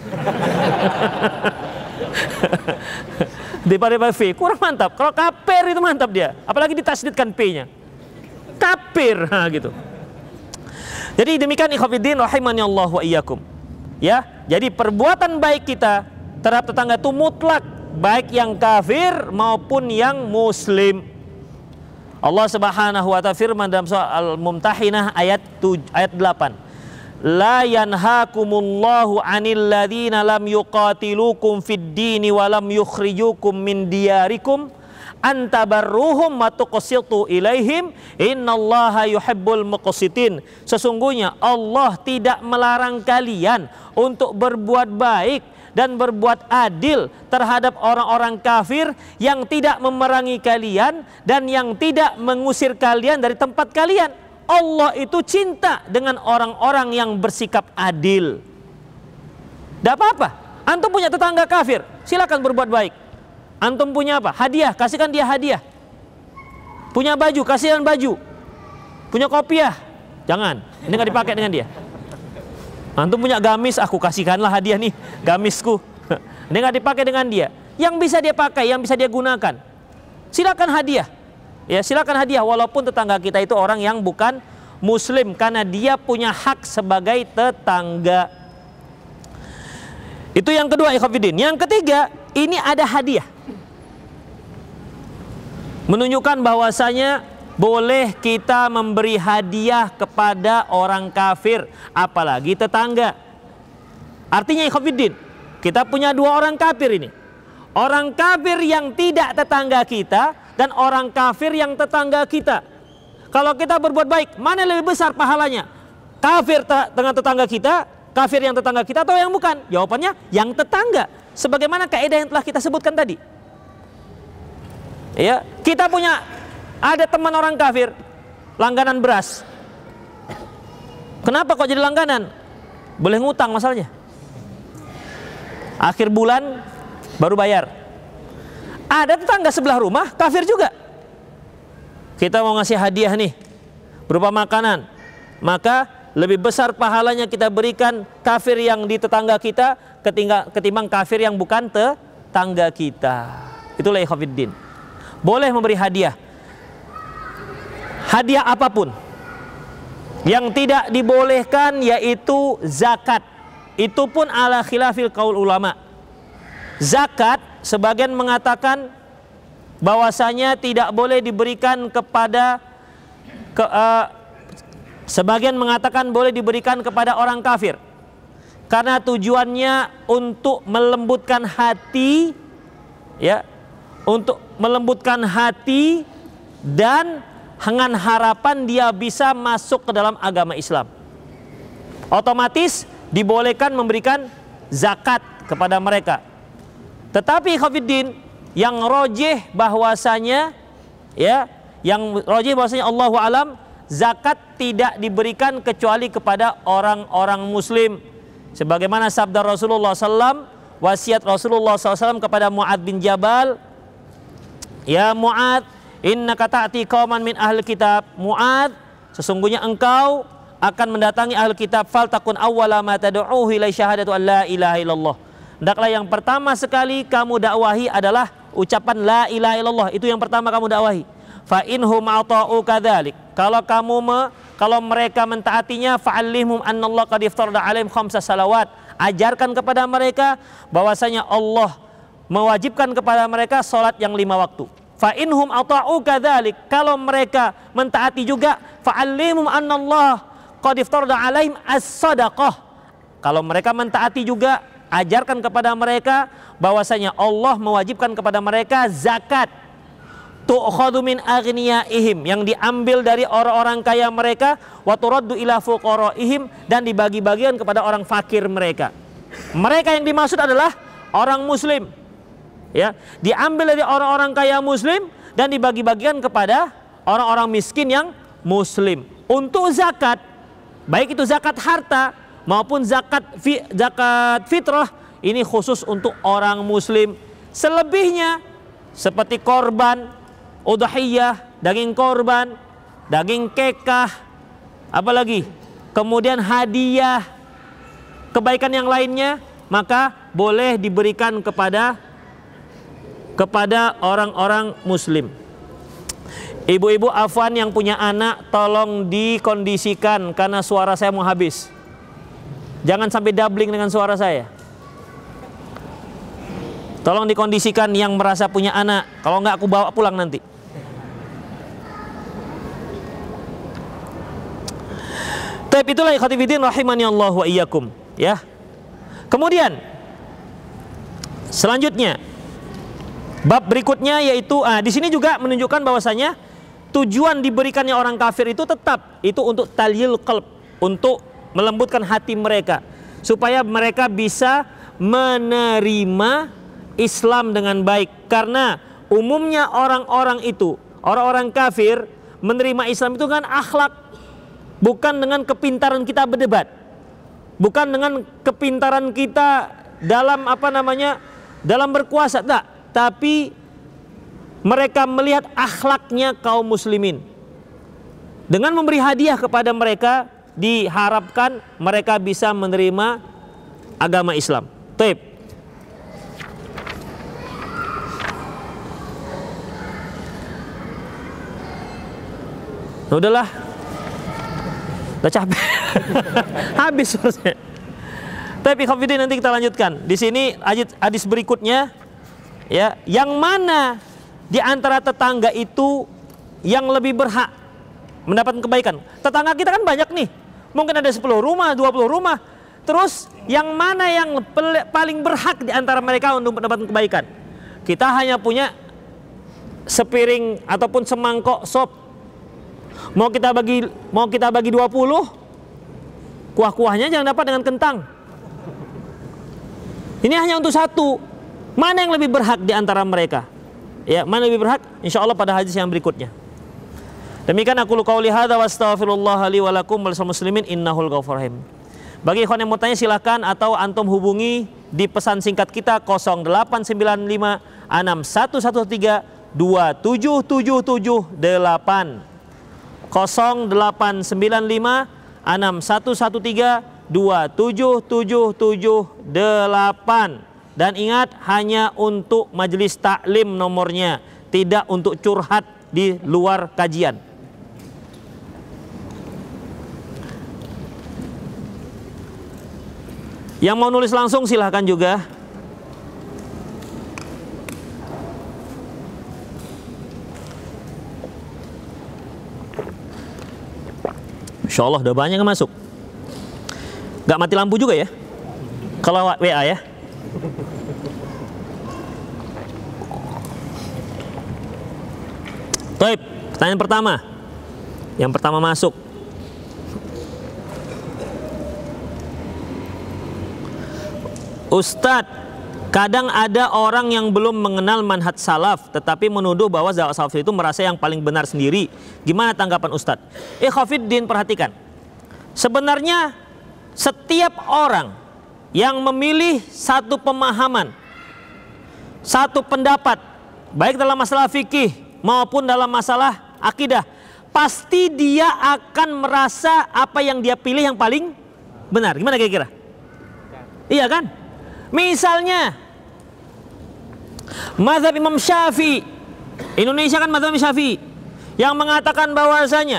Daripada V, kurang mantap. Kalau kafir itu mantap dia, apalagi ditasdidkan P-nya. Kafir, gitu. Jadi demikian ikhwatiddin rahimani Allah wa iyyakum. Ya, jadi perbuatan baik kita terhadap tetangga itu mutlak, baik yang kafir maupun yang muslim. Allah Subhanahu wa ta'ala firman dalam surah Al-Mumtahinah ayat 8. La yanhakumullahu 'anil ladzina lam yuqatilukum fid dini wa lam yukhrijukum min diyarikum an tabarruhum wa tuqsitu ilaihim innallaha yuhibbul muqsitin. Sesungguhnya Allah tidak melarang kalian untuk berbuat baik dan berbuat adil terhadap orang-orang kafir yang tidak memerangi kalian dan yang tidak mengusir kalian dari tempat kalian. Allah itu cinta dengan orang-orang yang bersikap adil. Tidak apa-apa. Antum punya tetangga kafir, silakan berbuat baik. Antum punya apa? Hadiah, kasihkan dia hadiah. Punya baju, kasihkan baju. Punya kopiah, jangan. Ini nggak dipakai dengan dia. Antum punya gamis, aku kasihkanlah hadiah nih, gamisku. Ini nggak dipakai dengan dia. Yang bisa dia pakai, yang bisa dia gunakan, silakan hadiah. Ya, silakan hadiah walaupun tetangga kita itu orang yang bukan muslim, karena dia punya hak sebagai tetangga. Itu yang kedua ikhwatiddin. Yang ketiga, ini ada hadiah. Menunjukkan bahwasanya boleh kita memberi hadiah kepada orang kafir, apalagi tetangga. Artinya ikhwatiddin, kita punya dua orang kafir ini. Orang kafir yang tidak tetangga kita dan orang kafir yang tetangga kita. Kalau kita berbuat baik, mana yang lebih besar pahalanya? Kafir dengan tetangga kita, kafir yang tetangga kita, atau yang bukan? Jawabannya yang tetangga. Sebagaimana kaidah yang telah kita sebutkan tadi. Ya, kita ada teman orang kafir, langganan beras. Kenapa kok jadi langganan? Boleh ngutang masalahnya. Akhir bulan baru bayar. Ada tetangga sebelah rumah kafir juga. Kita mau ngasih hadiah nih berupa makanan, maka lebih besar pahalanya kita berikan kafir yang di tetangga kita ketimbang kafir yang bukan tetangga kita. Itulah ikhwatiddin. Boleh memberi hadiah. Hadiah apapun. Yang tidak dibolehkan yaitu zakat. Itu pun ala khilafil qaul ulama. Zakat sebagian mengatakan bahwasanya tidak boleh diberikan kepada sebagian mengatakan boleh diberikan kepada orang kafir karena tujuannya untuk melembutkan hati, ya, untuk melembutkan hati dan dengan harapan dia bisa masuk ke dalam agama Islam. Otomatis dibolehkan memberikan zakat kepada mereka. Tetapi ikhwatiddin, yang rojih bahwasanya, ya, yang rojih bahwasanya Allahu alam, zakat tidak diberikan kecuali kepada orang-orang muslim. Sebagaimana sabda Rasulullah SAW, wasiat Rasulullah SAW kepada Mu'ad bin Jabal, ya Mu'ad, innaka ta'ti qauman min ahli kitab. Mu'ad, sesungguhnya engkau akan mendatangi ahli kitab, faltakun awwala ma tad'uhu ila syahadatu an la ilaha illallah. Hendaklah yang pertama sekali kamu dakwahi adalah ucapan la ilaha illallah. Itu yang pertama kamu dakwahi. Fa inhum ata'u kadzalik. Kalau mereka mentaatinya, fa'allimhum annallaha qad iftarada 'alaihim khamsa salawat. Ajarkan kepada mereka bahwasanya Allah mewajibkan kepada mereka salat yang 5 waktu. Fa inhum ata'u kadzalik. Kalau mereka mentaati juga, fa'allimhum annallaha qad iftarada 'alaihim as-shadaqah. Kalau mereka mentaati juga, ajarkan kepada mereka bahwasanya Allah mewajibkan kepada mereka zakat. tu'khadhu min aghniyaihim, yang diambil dari orang-orang kaya mereka, wa turaddu ila fuqaraihim, dan dibagi-bagikan kepada orang fakir mereka. Mereka yang dimaksud adalah orang muslim. Ya, diambil dari orang-orang kaya muslim dan dibagi-bagikan kepada orang-orang miskin yang muslim. Untuk zakat, baik itu zakat harta maupun zakat fitrah, ini khusus untuk orang muslim. Selebihnya seperti korban, udhiyah, daging korban, daging kekah, apalagi kemudian hadiah, kebaikan yang lainnya, maka boleh diberikan kepada orang-orang muslim. Ibu-ibu afwan yang punya anak, tolong dikondisikan karena suara saya mau habis. Jangan sampai doubling dengan suara saya. Tolong dikondisikan yang merasa punya anak, kalau enggak aku bawa pulang nanti. Tapi itulah ikhwatifiddin rahimani Allah wa iyyakum, ya. Kemudian selanjutnya bab berikutnya yaitu di sini juga menunjukkan bahwasanya tujuan diberikannya orang kafir itu tetap itu untuk talyil qalb, untuk melembutkan hati mereka supaya mereka bisa menerima Islam dengan baik. Karena umumnya orang-orang itu, orang-orang kafir menerima Islam itu kan akhlak, bukan dengan kepintaran kita berdebat, bukan dengan kepintaran kita dalam dalam berkuasa, tak. Tapi mereka melihat akhlaknya kaum muslimin. Dengan memberi hadiah kepada mereka, diharapkan mereka bisa menerima agama Islam. Taib. Udahlah, udah capek, habis selesai. Tapi khafidin, nanti kita lanjutkan. Di sini hadis berikutnya, ya, yang mana di antara tetangga itu yang lebih berhak mendapatkan kebaikan? Tetangga kita kan banyak nih, mungkin ada 10 rumah, 20 rumah. Terus yang mana yang paling berhak di antara mereka untuk mendapatkan kebaikan? Kita hanya punya sepiring ataupun semangkok sop. Mau kita bagi 20, kuah-kuahnya jangan dapat dengan kentang. Ini hanya untuk satu. Mana yang lebih berhak di antara mereka? Ya, mana lebih berhak? Insya Allah pada hadis yang berikutnya. Demikian aku qauli hadza wa astaghfirullah li wa lakum wal muslimin innahul ghafurur rahim. Bagi ikhwan yang mau tanya silakan, atau antum hubungi di pesan singkat kita 0895 6113 27778. 0895 6113 27778. Dan ingat, hanya untuk majelis taklim nomornya, tidak untuk curhat di luar kajian. Yang mau nulis langsung silahkan juga. Insya Allah udah banyak yang masuk. Gak mati lampu juga ya kalau WA ya. Baik, pertanyaan pertama. Yang pertama masuk. Ustadz, kadang ada orang yang belum mengenal manhaj salaf tetapi menuduh bahwa salaf itu merasa yang paling benar sendiri. Gimana tanggapan Ustadz? Khafiddin, perhatikan. Sebenarnya setiap orang yang memilih satu pemahaman, satu pendapat, baik dalam masalah fikih maupun dalam masalah akidah, pasti dia akan merasa apa yang dia pilih yang paling benar. Gimana kira-kira? Iya kan? Misalnya mazhab Imam Syafi'i, Indonesia kan mazhab Syafi'i, yang mengatakan bahwasanya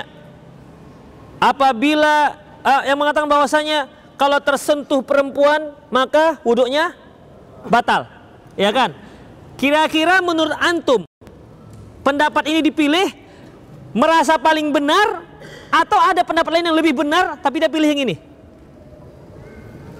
apabila kalau tersentuh perempuan maka wuduknya batal, ya kan? Kira-kira menurut antum pendapat ini dipilih merasa paling benar, atau ada pendapat lain yang lebih benar tapi dia pilih yang ini?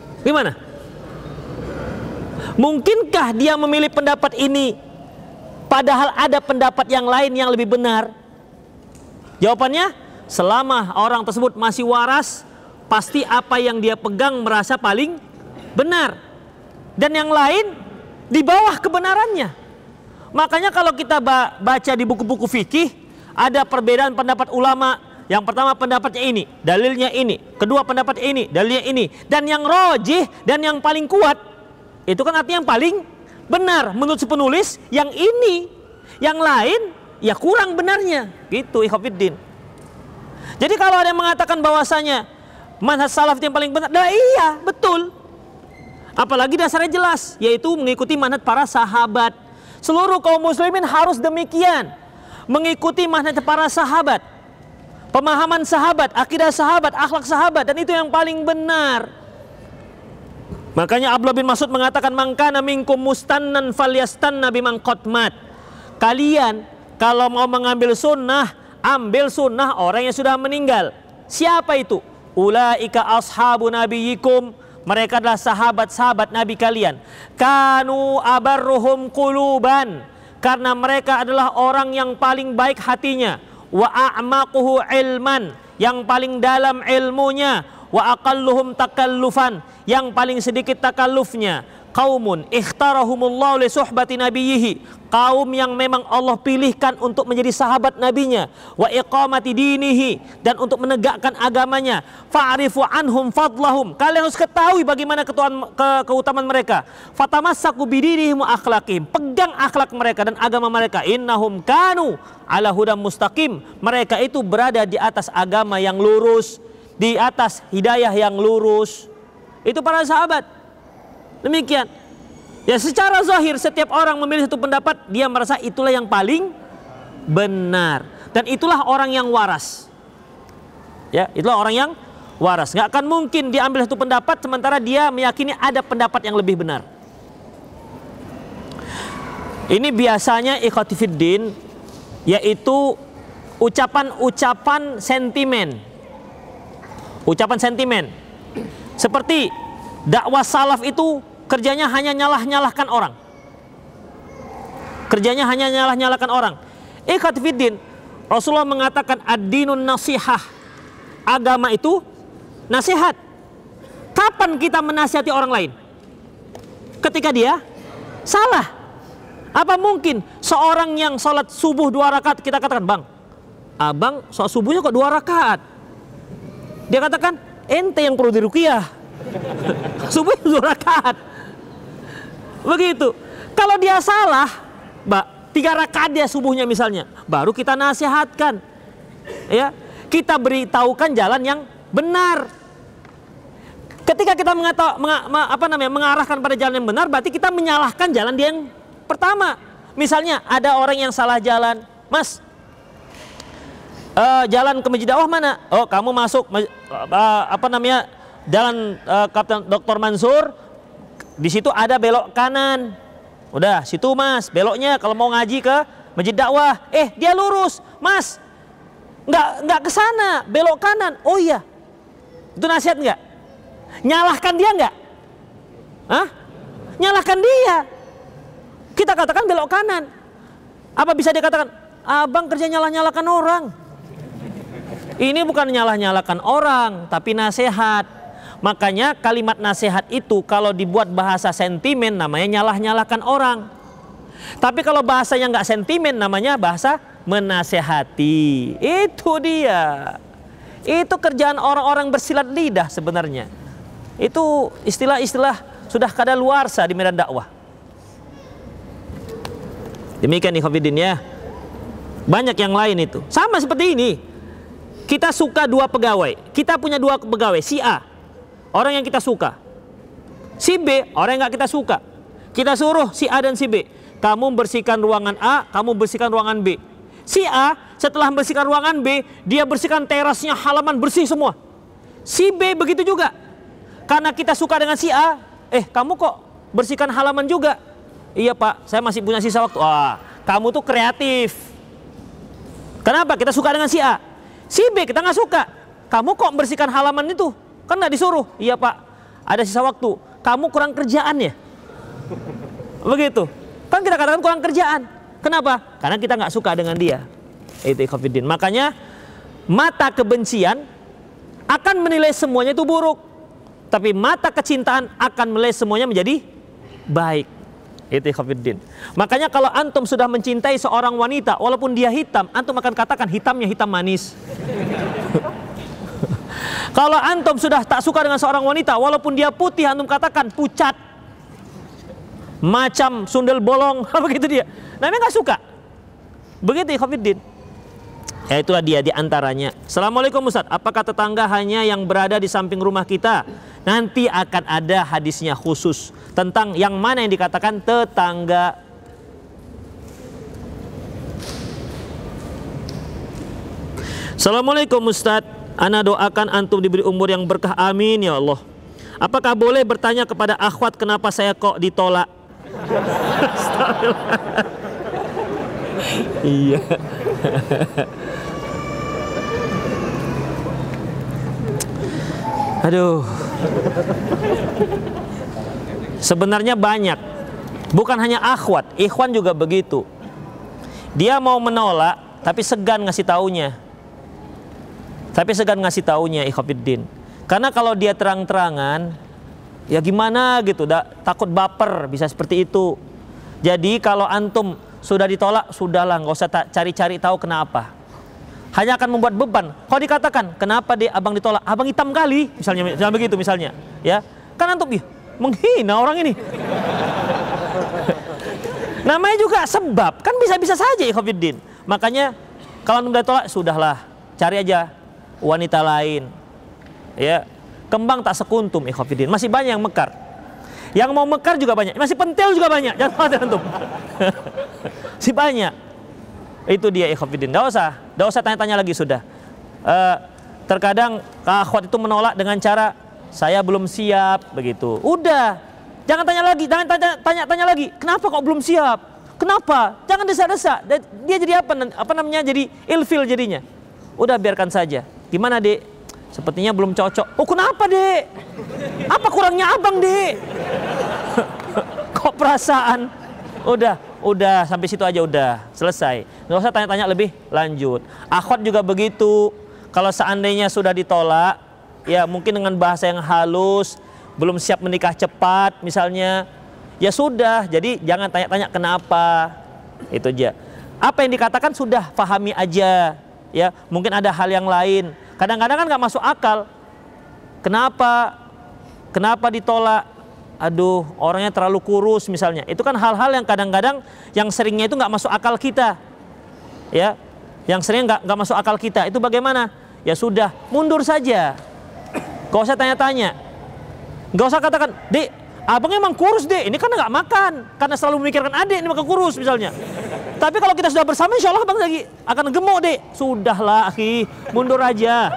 Gimana? Mungkinkah dia memilih pendapat ini padahal ada pendapat yang lain yang lebih benar? Jawabannya, selama orang tersebut masih waras, pasti apa yang dia pegang merasa paling benar, dan yang lain di bawah kebenarannya. Makanya kalau kita baca di buku-buku fikih, ada perbedaan pendapat ulama. Yang pertama pendapatnya ini, dalilnya ini. Kedua pendapat ini, dalilnya ini. Dan yang rojih dan yang paling kuat, itu kan artinya yang paling benar menurut si penulis. Yang ini, yang lain ya kurang benarnya. Gitu ikhwatiddin. Jadi kalau ada yang mengatakan bahwasanya manhaj salaf yang paling benar, nah iya betul. Apalagi dasarnya jelas, yaitu mengikuti manhaj para sahabat. Seluruh kaum muslimin harus demikian, mengikuti manhaj para sahabat, pemahaman sahabat, akidah sahabat, akhlak sahabat, dan itu yang paling benar. Makanya Abdullah bin Mas'ud mengatakan, "Man kana minkum mustannan falyastanna biman qad mat." Kalian kalau mau mengambil sunnah, ambil sunnah orang yang sudah meninggal. Siapa itu? Ulaika ashabu nabiyyikum. Mereka adalah sahabat-sahabat Nabi kalian. Kanu abarruhum quluban. Karena mereka adalah orang yang paling baik hatinya. Wa a'maquhu ilman. Yang paling dalam ilmunya. Wa aqalluhum takallufan. Yang paling sedikit takallufnya. Qaumun ikhtarahumullahu li suhbati nabiyyihi. Kaum yang memang Allah pilihkan untuk menjadi sahabat nabinya. Wa iqamati dinihi. Dan untuk menegakkan agamanya. Fa'rifu anhum fadlahum. Kalian harus ketahui bagaimana keutamaan mereka. Fatamassaku bidinihim wa akhlaqihim. Pegang akhlak mereka dan agama mereka. Innahum kanu ala hudam mustaqim. Mereka itu berada di atas agama yang lurus, di atas hidayah yang lurus. Itu para sahabat. Demikian. Ya, secara zahir setiap orang memilih satu pendapat, dia merasa itulah yang paling benar, dan itulah orang yang waras. Ya, itulah orang yang waras. Nggak akan mungkin diambil satu pendapat sementara dia meyakini ada pendapat yang lebih benar. Ini biasanya ikhwati fiddin, yaitu ucapan-ucapan sentimen. Ucapan sentimen. Seperti dakwah salaf itu kerjanya hanya nyalah-nyalahkan orang. Kerjanya hanya nyalah-nyalahkan orang. Ikhwati fiddin, Rasulullah mengatakan ad-dinun nasihah. Agama itu nasihat. Kapan kita menasihati orang lain? Ketika dia salah. Apa mungkin seorang yang sholat subuh 2 rakaat kita katakan, "Bang, abang sholat subuhnya kok 2 rakaat?" Dia katakan, "Ente yang perlu diruqyah." Subuh 2 rakaat. Begitu. Kalau dia salah, 3 rakaat dia subuhnya misalnya, baru kita nasihatkan. Ya, kita beritahukan jalan yang benar. Ketika kita mengarahkan pada jalan yang benar, berarti kita menyalahkan jalan dia yang pertama. Misalnya ada orang yang salah jalan, "Mas, jalan ke Masjid Dakwah mana?" "Oh, kamu masuk jalan Kapten Dr. Mansur, di situ ada belok kanan. Udah, situ Mas, beloknya kalau mau ngaji ke Masjid Dakwah." Dia lurus, "Mas, nggak ke sana, belok kanan." "Oh iya." Itu nasihat nggak? Nyalahkan dia nggak? Hah? Nyalahkan dia. Kita katakan belok kanan. Apa bisa dia katakan, "Abang kerja nyalah-nyalahkan orang"? Ini bukan nyalah-nyalahkan orang, tapi nasihat. Makanya kalimat nasihat itu kalau dibuat bahasa sentimen namanya nyalah-nyalahkan orang. Tapi kalau bahasanya nggak sentimen namanya bahasa menasehati. Itu dia. Itu kerjaan orang-orang bersilat lidah sebenarnya. Itu istilah-istilah sudah kadaluarsa di medan dakwah. Demikian ikhwatiddin ya. Banyak yang lain itu. Sama seperti ini. Kita suka 2 pegawai. Kita punya 2 pegawai, si A, orang yang kita suka. Si B, orang yang nggak kita suka. Kita suruh si A dan si B, kamu bersihkan ruangan A, kamu bersihkan ruangan B. Si A setelah bersihkan ruangan B, dia bersihkan terasnya, halaman, bersih semua. Si B begitu juga. Karena kita suka dengan si A, kamu kok bersihkan halaman juga? "Iya Pak, saya masih punya sisa waktu." Wah, kamu tuh kreatif. Kenapa? Kita suka dengan si A. Si B kita nggak suka. "Kamu kok bersihkan halaman itu? Kan nggak disuruh." "Iya Pak, ada sisa waktu." "Kamu kurang kerjaan ya?" Begitu. Kan kita katakan kurang kerjaan. Kenapa? Karena kita nggak suka dengan dia. Itu ikhwatiddin. Makanya mata kebencian akan menilai semuanya itu buruk, tapi mata kecintaan akan menilai semuanya menjadi baik. Itu ikhwatiddin. Makanya kalau antum sudah mencintai seorang wanita, walaupun dia hitam, antum akan katakan hitamnya hitam manis. Kalau antum sudah tak suka dengan seorang wanita, walaupun dia putih, antum katakan pucat, macam sundel bolong, begitu dia. Namanya nggak suka. Begitu ikhwatiddin. Ya itulah dia diantaranya. Assalamualaikum Ustaz, apakah tetangga hanya yang berada di samping rumah kita? Nanti akan ada hadisnya khusus tentang yang mana yang dikatakan tetangga. Assalamualaikum Ustaz, ana doakan antum diberi umur yang berkah, amin ya Allah. Apakah boleh bertanya kepada akhwat kenapa saya kok ditolak? Iya. Aduh. Sebenarnya banyak. Bukan hanya akhwat, ikhwan juga begitu. Dia mau menolak tapi segan ngasih taunya. Ikhwatiddin. Karena kalau dia terang-terangan, ya gimana gitu, takut baper, bisa seperti itu. Jadi kalau antum sudah ditolak, sudahlah, nggak usah cari-cari tahu kenapa. Hanya akan membuat beban. Kalau dikatakan, kenapa abang ditolak? Abang hitam kali, misalnya begitu misalnya, ya. Kan antum menghina orang ini. Namanya juga sebab, kan bisa-bisa saja ikhwatiddin. Makanya kalau antum ditolak, sudahlah, cari aja wanita lain. Ya, kembang tak sekuntum ikhwatiddin. Masih banyak yang mekar. Yang mau mekar juga banyak, masih pentil juga banyak. Jangan khawatir antum. Masih banyak. Itu dia ikhwatiddin. Enggak usah tanya-tanya lagi sudah. Terkadang akhwat itu menolak dengan cara saya belum siap begitu. Udah, jangan tanya lagi, jangan tanya lagi. Kenapa kok belum siap? Kenapa? Jangan desak-desak. Dia jadi apa namanya? Jadi ilfil jadinya. Udah biarkan saja. Gimana, Dek? Sepertinya belum cocok. Oh, kenapa, Dek? Apa kurangnya abang, Dek? Kok perasaan? Udah sampai situ aja, udah selesai. Nggak usah tanya-tanya lebih lanjut. Akhwat juga begitu. Kalau seandainya sudah ditolak, ya mungkin dengan bahasa yang halus, belum siap menikah cepat misalnya, ya sudah. Jadi jangan tanya-tanya kenapa. Itu aja. Apa yang dikatakan sudah pahami aja. Ya, mungkin ada hal yang lain. Kadang-kadang kan nggak masuk akal. Kenapa ditolak? Aduh, orangnya terlalu kurus misalnya. Itu kan hal-hal yang kadang-kadang yang seringnya itu nggak masuk akal kita. Ya, yang seringnya nggak masuk akal kita. Itu bagaimana? Ya sudah, mundur saja. Gak usah tanya-tanya. Gak usah katakan, Dek, abang emang kurus, Dek. Ini kan nggak makan, karena selalu memikirkan adik ini makan kurus misalnya. Tapi kalau kita sudah bersama, insya Allah abang lagi akan gemuk, Dek. Sudahlah, akhi, mundur aja.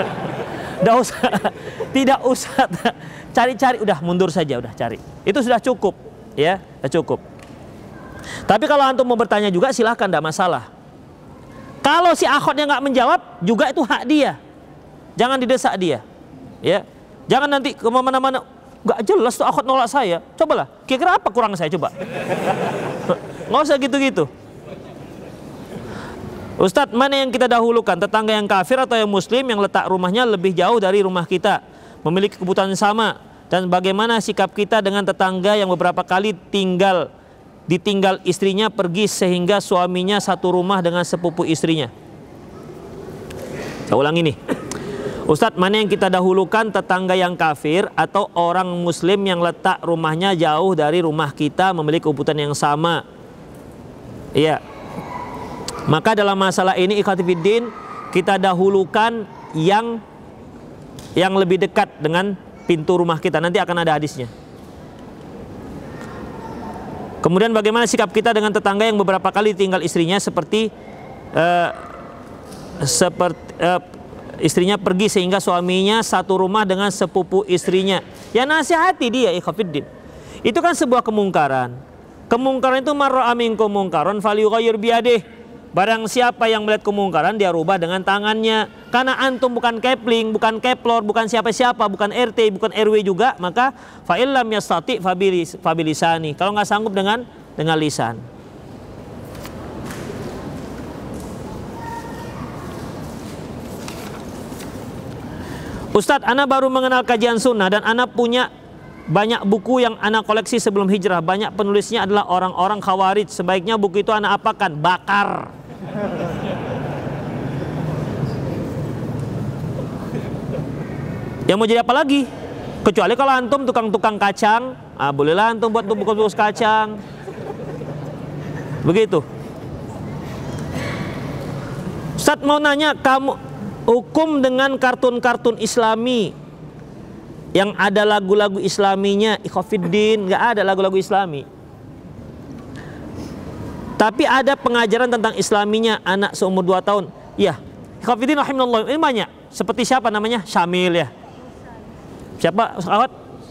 Tidak usah cari-cari, udah mundur saja, udah cari. Itu sudah cukup, ya, sudah cukup. Tapi kalau antum mau bertanya juga silahkan, tidak masalah. Kalau si akhwatnya nggak menjawab, juga itu hak dia. Jangan didesak dia, ya. Jangan nanti kemana-mana, nggak jelas tuh akhwat nolak saya. Cobalah, kira-kira apa kurang saya, coba. Nggak usah gitu-gitu. Ustadz, mana yang kita dahulukan, tetangga yang kafir atau yang muslim yang letak rumahnya lebih jauh dari rumah kita, memiliki kebutuhan yang sama, dan bagaimana sikap kita dengan tetangga yang beberapa kali ditinggal istrinya pergi sehingga suaminya satu rumah dengan sepupu istrinya? Saya ulang ini. Ustadz, mana yang kita dahulukan, tetangga yang kafir atau orang muslim yang letak rumahnya jauh dari rumah kita, memiliki kebutuhan yang sama? Iya. Maka dalam masalah ini ikhwatifiddin, kita dahulukan yang lebih dekat dengan pintu rumah kita. Nanti akan ada hadisnya. Kemudian bagaimana sikap kita dengan tetangga yang beberapa kali tinggal istrinya seperti istrinya pergi sehingga suaminya satu rumah dengan sepupu istrinya. Ya nasihati dia ikhwatifiddin. Itu kan sebuah kemungkaran. Kemungkaran itu marra minkum mungkaron falyughayyir biyadihi. Barang siapa yang melihat kemungkaran, dia rubah dengan tangannya. Karena antum bukan kepling, bukan keplor, bukan siapa-siapa, bukan RT, bukan RW juga, maka fa illam yastati fabilisani. Kalau nggak sanggup dengan lisan. Ustadz, ana baru mengenal kajian sunnah dan ana punya banyak buku yang ana koleksi sebelum hijrah. Banyak penulisnya adalah orang-orang khawarij. Sebaiknya buku itu ana apakan? Bakar. Yang mau jadi apa lagi? Kecuali kalau antum tukang-tukang kacang, bolehlah antum buat bungkus kacang. Begitu. Ustadz mau nanya, kamu hukum dengan kartun-kartun Islami yang ada lagu-lagu Islaminya, Ikhofiddin, nggak ada lagu-lagu Islami. Tapi ada pengajaran tentang Islaminya anak seumur 2 tahun. Ya, Ikhofiddin rahimahullah ini banyak. Seperti siapa namanya? Syamil ya. Siapa? Sahabat?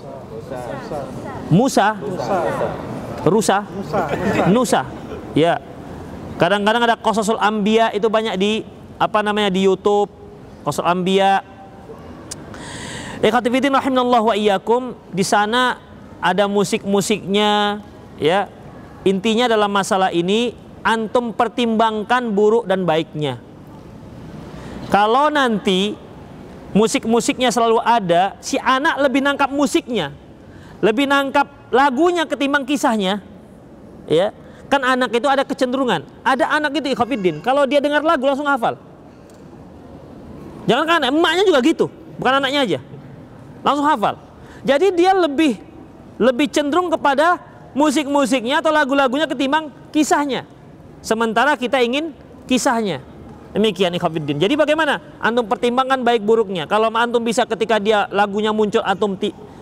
Musa. Rusa. Nusa. Ya. Kadang-kadang ada Qasasul Anbiya, itu banyak di di YouTube. Qasasul Anbiya. Ikhwatifiddin rahimanallah wa iyyakum, di sana ada musik-musiknya ya. Intinya dalam masalah ini antum pertimbangkan buruk dan baiknya. Kalau nanti musik-musiknya selalu ada, si anak lebih nangkap musiknya, lebih nangkap lagunya ketimbang kisahnya, ya kan anak itu ada kecenderungan. Ada anak itu Ikhofiddin, kalau dia dengar lagu langsung hafal. Jangan kan emaknya juga gitu, bukan anaknya aja, langsung hafal. Jadi dia lebih cenderung kepada musik-musiknya atau lagu-lagunya ketimbang kisahnya. Sementara kita ingin kisahnya. Demikian Ikhofiddin. Jadi bagaimana? Antum pertimbangkan baik buruknya. Kalau antum bisa ketika dia lagunya muncul antum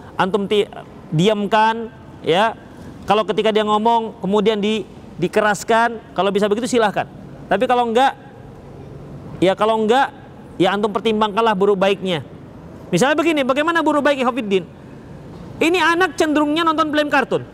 diamkan ya. Kalau ketika dia ngomong kemudian dikeraskan, kalau bisa begitu silahkan. Tapi kalau enggak ya antum pertimbangkanlah buruk baiknya. Misalnya begini, bagaimana buruk baik Ikhofiddin? Ini anak cenderungnya nonton film kartun.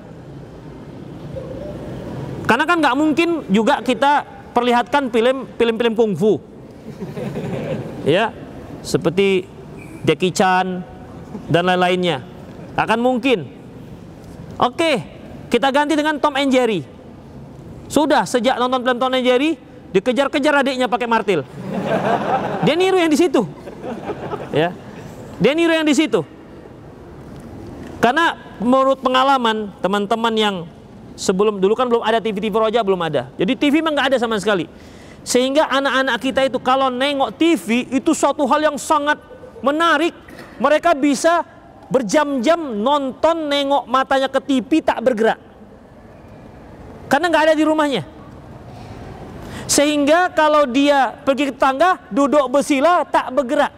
Karena kan nggak mungkin juga kita perlihatkan film-film kungfu, ya, seperti Jackie Chan dan lain-lainnya. Akan mungkin. Oke, kita ganti dengan Tom and Jerry. Sudah sejak nonton film Tom and Jerry, dikejar-kejar adiknya pakai martil. Dia niru yang di situ, ya. Dia niru yang di situ. Karena menurut pengalaman teman-teman yang sebelum dulu kan belum ada TV Roja, belum ada. Jadi TV memang nggak ada sama sekali. Sehingga anak-anak kita itu kalau nengok TV itu suatu hal yang sangat menarik. Mereka bisa berjam-jam nonton, nengok matanya ke TV tak bergerak. Karena nggak ada di rumahnya. Sehingga kalau dia pergi ke tetangga, duduk bersila tak bergerak.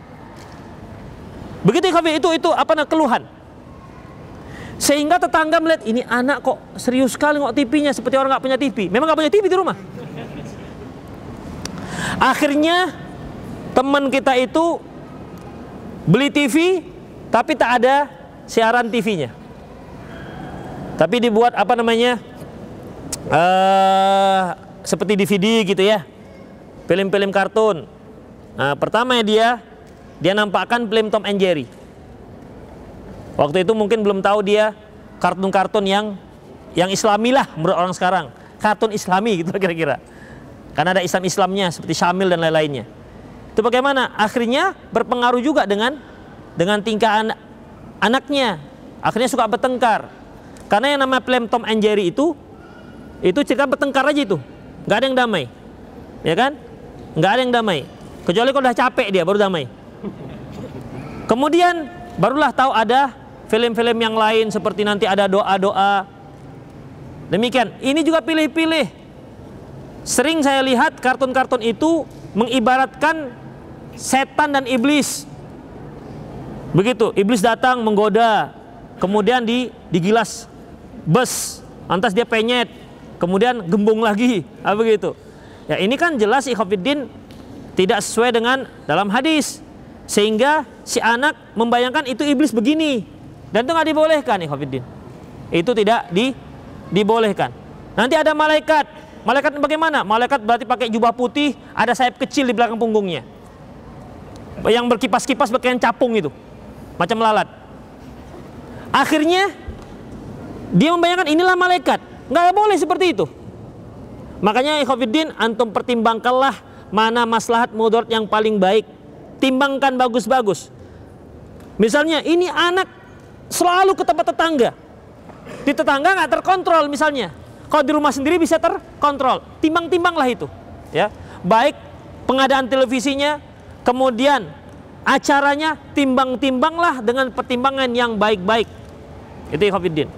Begitu itu keluhan. Sehingga tetangga melihat ini anak kok serius sekali ngok TV-nya seperti orang nggak punya TV. Memang nggak punya TV di rumah. Akhirnya teman kita itu beli TV tapi tak ada siaran TV-nya. Tapi dibuat seperti DVD gitu ya, film-film kartun. Nah, pertama dia nampakkan film Tom and Jerry. Waktu itu mungkin belum tahu dia kartun-kartun yang Islami lah menurut orang sekarang, kartun Islami gitu kira-kira. Karena ada Islamnya seperti Syamil dan lain-lainnya. Itu bagaimana? Akhirnya berpengaruh juga dengan tingkah anaknya. Akhirnya suka bertengkar. Karena yang namanya film Tom and Jerry itu cerita bertengkar aja itu, nggak ada yang damai, ya kan? Nggak ada yang damai. Kecuali kalau udah capek dia baru damai. Kemudian barulah tahu ada film-film yang lain seperti nanti ada doa-doa. Demikian. Ini juga pilih-pilih. Sering saya lihat kartun-kartun itu mengibaratkan setan dan iblis. Begitu, iblis datang menggoda, kemudian digilas bes, lantas dia penyet, kemudian gembung lagi, begitu. Ya ini kan jelas Ikhofiddin tidak sesuai dengan dalam hadis. Sehingga si anak membayangkan itu iblis begini. Dan itu nggak dibolehkan Ikhofiddin. Itu tidak dibolehkan. Nanti ada malaikat. Malaikat bagaimana? Malaikat berarti pakai jubah putih, ada sayap kecil di belakang punggungnya. Yang berkipas-kipas pakaian capung itu. Macam lalat. Akhirnya dia membayangkan inilah malaikat. Nggak boleh seperti itu. Makanya Ikhofiddin, antum pertimbangkanlah mana maslahat mudarat yang paling baik. Timbangkan bagus-bagus. Misalnya ini anak selalu ke tempat tetangga. Di tetangga nggak terkontrol misalnya. Kalau di rumah sendiri bisa terkontrol. Timbang-timbanglah itu. Ya, baik pengadaan televisinya, kemudian acaranya, timbang-timbanglah dengan pertimbangan yang baik-baik. Itu ikhwatiddin.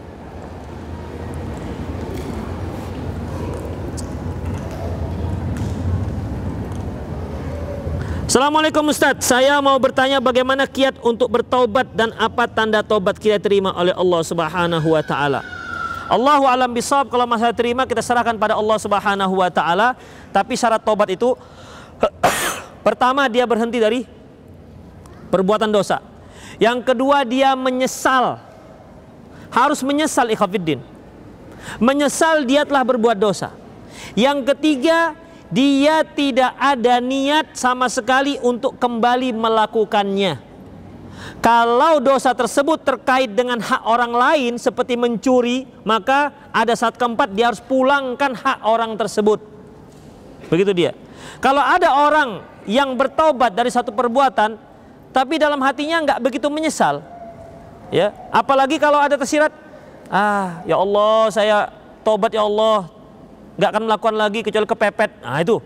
Assalamualaikum Ustadz, saya mau bertanya bagaimana kiat untuk bertaubat dan apa tanda taubat kita terima oleh Allah Subhanahu wa taala. Allahu alam bisawab, kalau masalah terima kita serahkan pada Allah Subhanahu wa taala, tapi syarat taubat itu pertama dia berhenti dari perbuatan dosa. Yang kedua dia menyesal. Harus menyesal ikhwatiddin. Menyesal dia telah berbuat dosa. Yang ketiga, dia tidak ada niat sama sekali untuk kembali melakukannya. Kalau dosa tersebut terkait dengan hak orang lain seperti mencuri, maka ada syarat keempat, dia harus pulangkan hak orang tersebut. Begitu dia. Kalau ada orang yang bertaubat dari satu perbuatan tapi dalam hatinya nggak begitu menyesal, ya, apalagi kalau ada tersirat, ya Allah saya taubat ya Allah, nggak akan melakukan lagi kecuali kepepet. Nah itu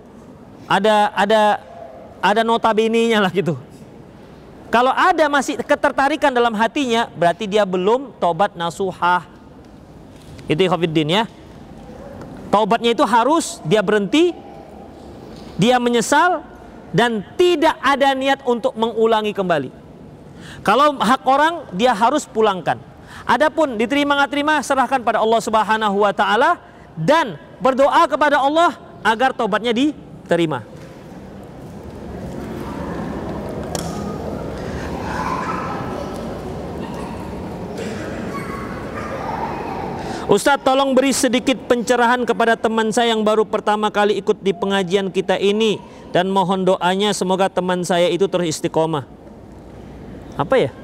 ada notabene-nya lah gitu. Kalau ada masih ketertarikan dalam hatinya, berarti dia belum taubat nasuhah. Itu ikhwatiddin ya. Taubatnya itu harus dia berhenti, dia menyesal dan tidak ada niat untuk mengulangi kembali. Kalau hak orang dia harus pulangkan. Adapun diterima nggak terima serahkan pada Allah Subhanahu wa taala dan berdoa kepada Allah agar taubatnya diterima. Ustadz, tolong beri sedikit pencerahan kepada teman saya yang baru pertama kali ikut di pengajian kita ini dan mohon doanya semoga teman saya itu terus istiqomah. Apa ya?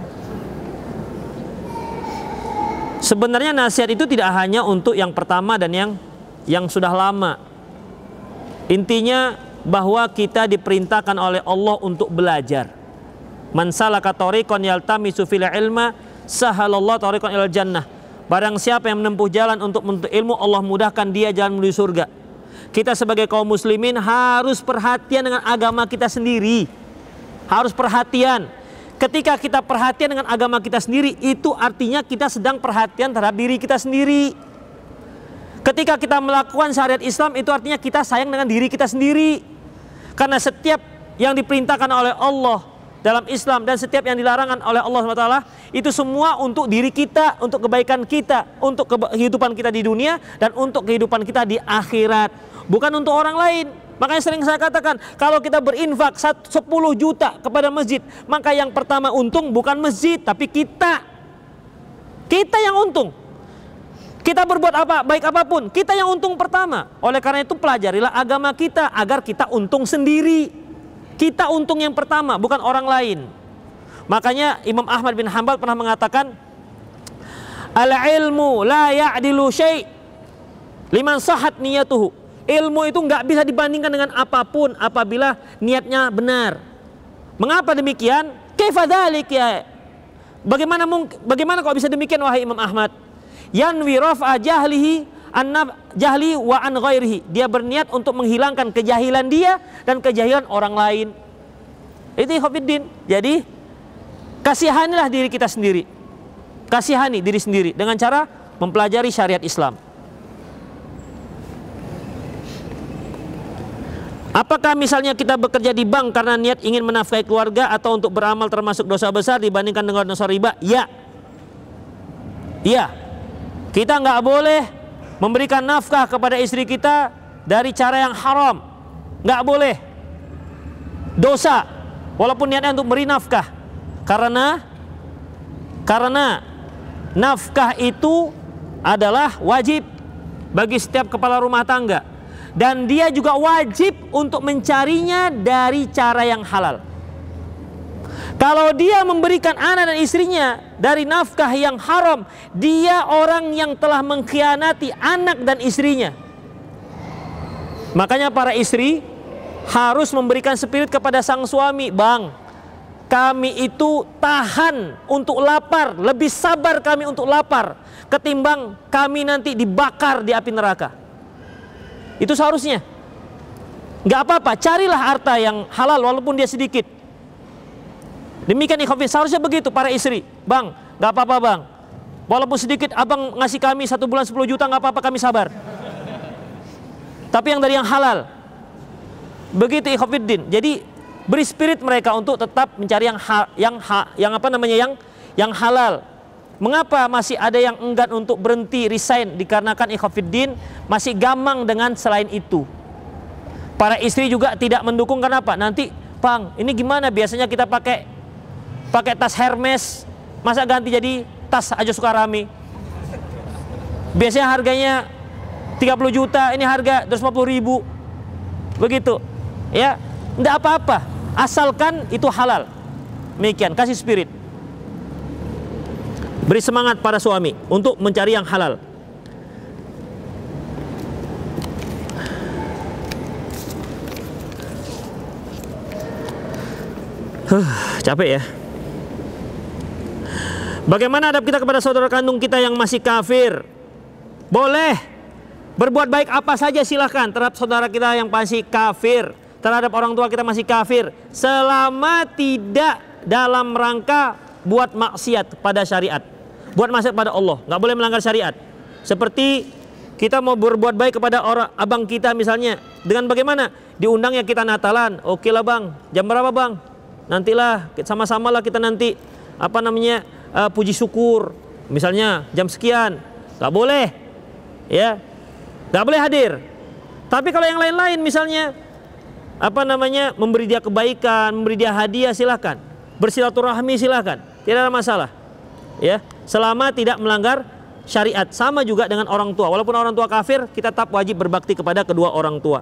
Sebenarnya nasihat itu tidak hanya untuk yang pertama dan yang sudah lama. Intinya bahwa kita diperintahkan oleh Allah untuk belajar. Man salaka tariqan yaltamisu fil ilma sahalallahu tariqan ilal jannah. Barang siapa yang menempuh jalan untuk menuntut ilmu, Allah mudahkan dia jalan menuju surga. Kita sebagai kaum muslimin harus perhatian dengan agama kita sendiri. Harus perhatian. Ketika kita perhatian dengan agama kita sendiri, itu artinya kita sedang perhatian terhadap diri kita sendiri. Ketika kita melakukan syariat Islam, itu artinya kita sayang dengan diri kita sendiri. Karena setiap yang diperintahkan oleh Allah dalam Islam dan setiap yang dilarangan oleh Allah SWT, itu semua untuk diri kita, untuk kebaikan kita, untuk kehidupan kita di dunia dan untuk kehidupan kita di akhirat, bukan untuk orang lain. Makanya sering saya katakan, kalau kita berinfak 10 juta kepada masjid, maka yang pertama untung bukan masjid, tapi kita yang untung. Kita berbuat apa, baik apapun, kita yang untung pertama. Oleh karena itu pelajarilah agama kita agar kita untung sendiri. Kita untung yang pertama, bukan orang lain. Makanya Imam Ahmad bin Hanbal pernah mengatakan, al-ilmu la ya'dilu syai' liman sahat niyatuhu. Ilmu itu nggak bisa dibandingkan dengan apapun apabila niatnya benar. Mengapa demikian? Kaifa dzalik ya? Bagaimana kok bisa demikian wahai Imam Ahmad? Yanwi raf'a jahlihi jahli wa an ghairihi. Dia berniat untuk menghilangkan kejahilan dia dan kejahilan orang lain. Itu ikhwatiddin. Jadi kasihanilah diri kita sendiri. Kasihani diri sendiri dengan cara mempelajari syariat Islam. Apakah misalnya kita bekerja di bank karena niat ingin menafkahi keluarga atau untuk beramal termasuk dosa besar dibandingkan dengan dosa riba? Ya. Iya. Kita nggak boleh memberikan nafkah kepada istri kita dari cara yang haram. Nggak boleh. Dosa. Walaupun niatnya untuk beri nafkah. Karena nafkah itu adalah wajib bagi setiap kepala rumah tangga. Dan dia juga wajib untuk mencarinya dari cara yang halal. Kalau dia memberikan anak dan istrinya dari nafkah yang haram, dia orang yang telah mengkhianati anak dan istrinya. Makanya para istri harus memberikan spirit kepada sang suami. Bang, kami itu tahan untuk lapar, lebih sabar kami untuk lapar ketimbang kami nanti dibakar di api neraka. Itu seharusnya. Nggak apa-apa, carilah harta yang halal walaupun dia sedikit. Demikian ikhwan, seharusnya begitu para istri. Bang, nggak apa-apa bang, walaupun sedikit abang ngasih kami 1 bulan 10 juta, nggak apa-apa, kami sabar. Tapi yang dari yang halal. Begitu ikhwan. Jadi beri spirit mereka untuk tetap mencari yang halal. Mengapa masih ada yang enggan untuk berhenti resign? Dikarenakan ikhwan masih gamang dengan selain itu. Para istri juga tidak mendukung. Kenapa? Nanti, bang, ini gimana? Biasanya kita pakai tas Hermes, masa ganti jadi tas Ajo Sukarami? Biasanya harganya 30 juta, ini harga 250.000. Begitu. Ya, enggak apa-apa, asalkan itu halal. Demikian, kasih spirit. Beri semangat para suami untuk mencari yang halal. Capek ya. Bagaimana adab kita kepada saudara kandung kita yang masih kafir? Boleh berbuat baik apa saja, silahkan terhadap saudara kita yang masih kafir, terhadap orang tua kita masih kafir, selama tidak dalam rangka buat maksiat pada syariat, buat maksiat pada Allah. Nggak boleh melanggar syariat. Seperti kita mau berbuat baik kepada orang abang kita misalnya, dengan bagaimana? Diundang ya kita Natalan. Oke lah bang, jam berapa bang? Nantilah sama-sama lah kita nanti puji syukur, misalnya jam sekian. Nggak boleh, ya, nggak boleh hadir. Tapi kalau yang lain-lain misalnya memberi dia kebaikan, memberi dia hadiah, silahkan. Bersilaturahmi silahkan, tidak ada masalah, ya, selama tidak melanggar syariat. Sama juga dengan orang tua, walaupun orang tua kafir, kita tetap wajib berbakti kepada kedua orang tua.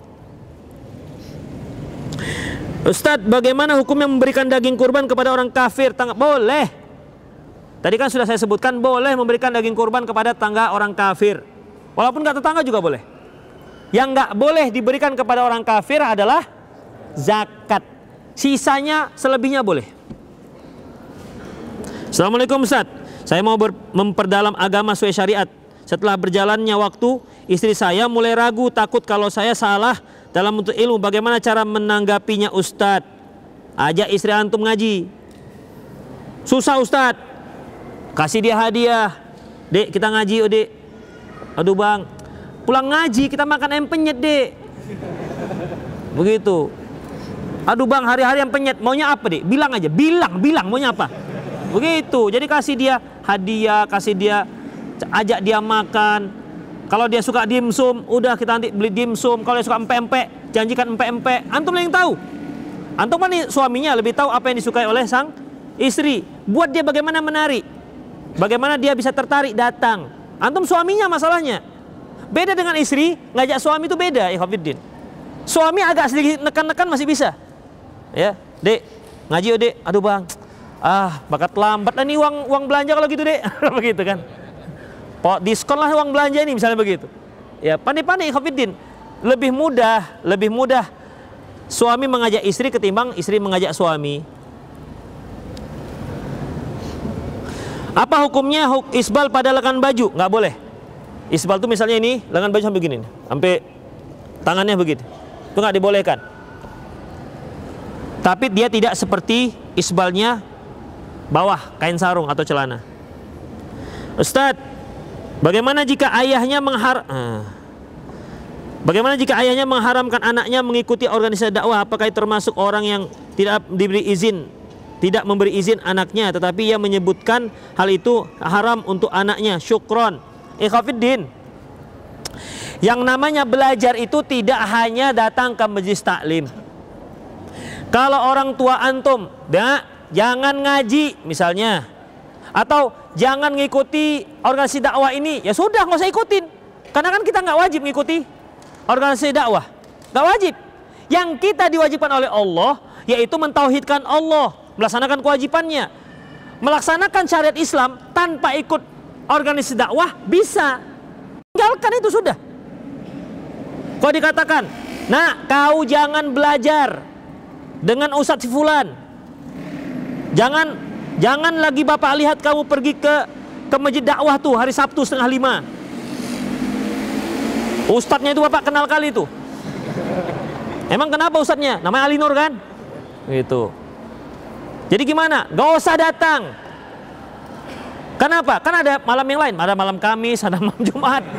Ustadz, bagaimana hukumnya memberikan daging kurban kepada orang kafir? Boleh. Tadi kan sudah saya sebutkan, boleh memberikan daging kurban kepada tangga orang kafir, walaupun nggak tetangga juga boleh. Yang nggak boleh diberikan kepada orang kafir adalah zakat. Sisanya selebihnya boleh. Assalamualaikum Ustaz, saya mau memperdalam agama sesuai syariat. Setelah berjalannya waktu, istri saya mulai ragu, takut kalau saya salah dalam menuntut ilmu. Bagaimana cara menanggapinya Ustaz? Ajak istri antum ngaji. Susah Ustaz. Kasih dia hadiah. Dek, kita ngaji oh dek. Aduh bang, pulang ngaji kita makan empenyet dek. Begitu. Aduh bang, hari-hari empenyet, maunya apa dek? Bilang aja, bilang maunya apa. Begitu. Jadi kasih dia hadiah, ajak dia makan. Kalau dia suka dimsum, udah kita nanti beli dimsum. Kalau dia suka empek-empek, janjikan empek-empek. Antum yang tahu. Antum kan suaminya lebih tahu apa yang disukai oleh sang istri. Buat dia bagaimana menarik, bagaimana dia bisa tertarik datang. Antum suaminya masalahnya. Beda dengan istri, ngajak suami itu beda, ikhwatiddin. Suami agak sedikit nekan-nekan masih bisa. Ya, dek, ngaji oh dek. Aduh bang, bakat lambat lah nih uang belanja kalau gitu dek. Begitu kan. Diskon lah uang belanja ini misalnya begitu. Ya, pandai-pandai ikhwatiddin. Lebih mudah suami mengajak istri ketimbang istri mengajak suami. Apa hukumnya isbal pada lengan baju? Nggak boleh. Isbal itu misalnya ini, lengan baju sampai begini, sampai tangannya begitu. Itu nggak dibolehkan. Tapi dia tidak seperti isbalnya bawah kain sarung atau celana. Ustadz, bagaimana jika ayahnya mengharamkan anaknya mengikuti organisasi dakwah? Apakah termasuk orang yang tidak memberi izin anaknya, tetapi ia menyebutkan hal itu haram untuk anaknya? Syukron. Ikhwatiddin, yang namanya belajar itu tidak hanya datang ke majelis taklim. Kalau orang tua antum, jangan ngaji misalnya, atau jangan ngikuti organisasi dakwah ini, ya sudah nggak usah ikutin. Karena kan kita nggak wajib ngikuti organisasi dakwah, nggak wajib. Yang kita diwajibkan oleh Allah yaitu mentauhidkan Allah, melaksanakan kewajibannya, melaksanakan syariat Islam tanpa ikut organisasi dakwah bisa. Tinggalkan itu sudah. Kalau dikatakan, nah kau jangan belajar dengan Ustadz si fulan, Jangan lagi Bapak lihat kamu pergi ke masjid dakwah tuh hari Sabtu 4:30. Ustadznya itu Bapak kenal kali tuh. Emang kenapa ustadznya? Namanya Ali Nur kan? Gitu. Jadi gimana? Gak usah datang. Kenapa? Kan ada malam yang lain. Ada malam Kamis, ada malam Jumat.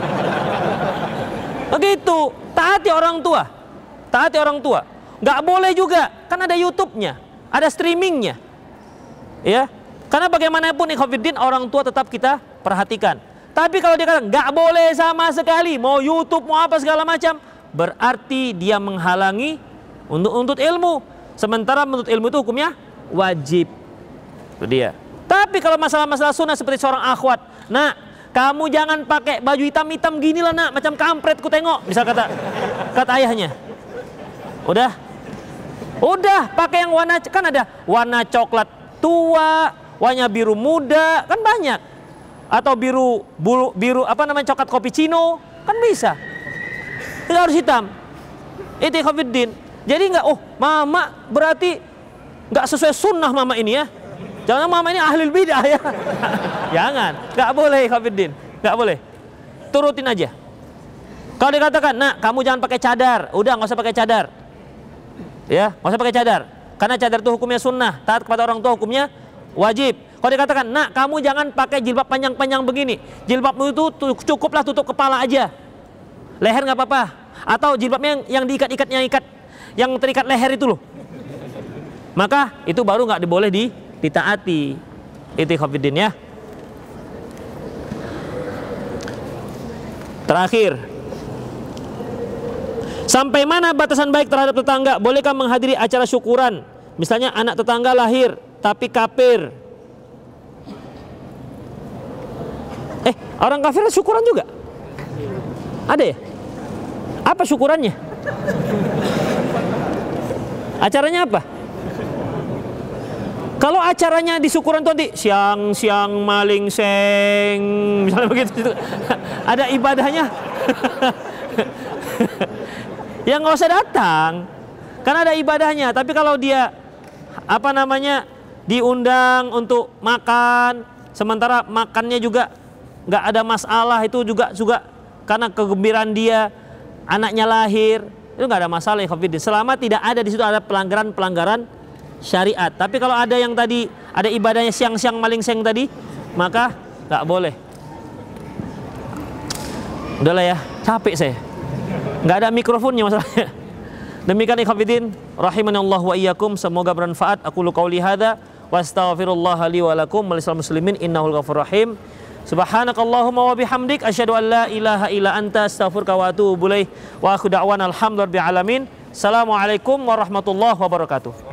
Begitu. Taati orang tua. Taati orang tua. Gak boleh juga. Kan ada YouTube-nya. Ada streamingnya. Ya. Karena bagaimanapun ikhwatiddin, orang tua tetap kita perhatikan. Tapi kalau dia katakan gak boleh sama sekali, mau YouTube, mau apa segala macam, berarti dia menghalangi untuk ilmu. Sementara menuntut ilmu itu hukumnya wajib. Itu dia. Tapi kalau masalah-masalah sunnah seperti seorang akhwat, nak, kamu jangan pakai baju hitam-hitam gini lah nak, macam kampret ku tengok, misal kata ayahnya. Udah pakai yang warna, kan ada warna coklat tua, warna biru muda, kan banyak. Atau biru apa namanya, coklat cappuccino, kan bisa. Tidak harus hitam. Itu ikhwatiddin. Jadi enggak, oh mama berarti enggak sesuai sunnah mama ini ya. Jangan mama ini ahli bidah ya. Jangan, enggak boleh ikhwatiddin. Enggak boleh. Turutin aja. Kalau dikatakan, nak kamu jangan pakai cadar, udah nggak usah pakai cadar. Ya, nggak usah pakai cadar. Karena cadar itu hukumnya sunnah, taat kepada orang tua hukumnya wajib. Kalau dikatakan, nak kamu jangan pakai jilbab panjang-panjang begini. Jilbabmu itu cukuplah tutup kepala aja. Leher nggak apa-apa. Atau jilbabnya yang yang terikat leher itu loh. Maka itu baru nggak boleh ditaati. Itu ikhwatiddin ya. Terakhir, sampai mana batasan baik terhadap tetangga? Bolehkah menghadiri acara syukuran? Misalnya anak tetangga lahir tapi kafir. Orang kafir syukuran juga? Ada ya? Apa syukurannya? Acaranya apa? Kalau acaranya di syukuran tuh nanti siang maling seng, misalnya begitu, ada ibadahnya. Ya nggak usah datang, karena ada ibadahnya. Tapi kalau dia apa namanya diundang untuk makan, sementara makannya juga nggak ada masalah, itu juga karena kegembiraan dia, anaknya lahir, itu nggak ada masalah ya, selama tidak ada di situ ada pelanggaran syariat. Tapi kalau ada yang tadi ada ibadahnya siang maling seng tadi, maka nggak boleh. Udahlah ya, capek saya, nggak ada mikrofonnya masalahnya. Demikian ikhwatiddin rahimanallah wa iyyakum, semoga bermanfaat. Aku qauli hadza wa astaghfirullah li wa lakum wa lisal muslimin innahul ghafurur rahim. Subhanakallahumma wa bihamdik asyhadu an la ilaha illa anta astaghfiruka wa atubu ilaik wa akhu da'wana alhamdulillahi alamin. Assalamualaikum warahmatullahi wabarakatuh.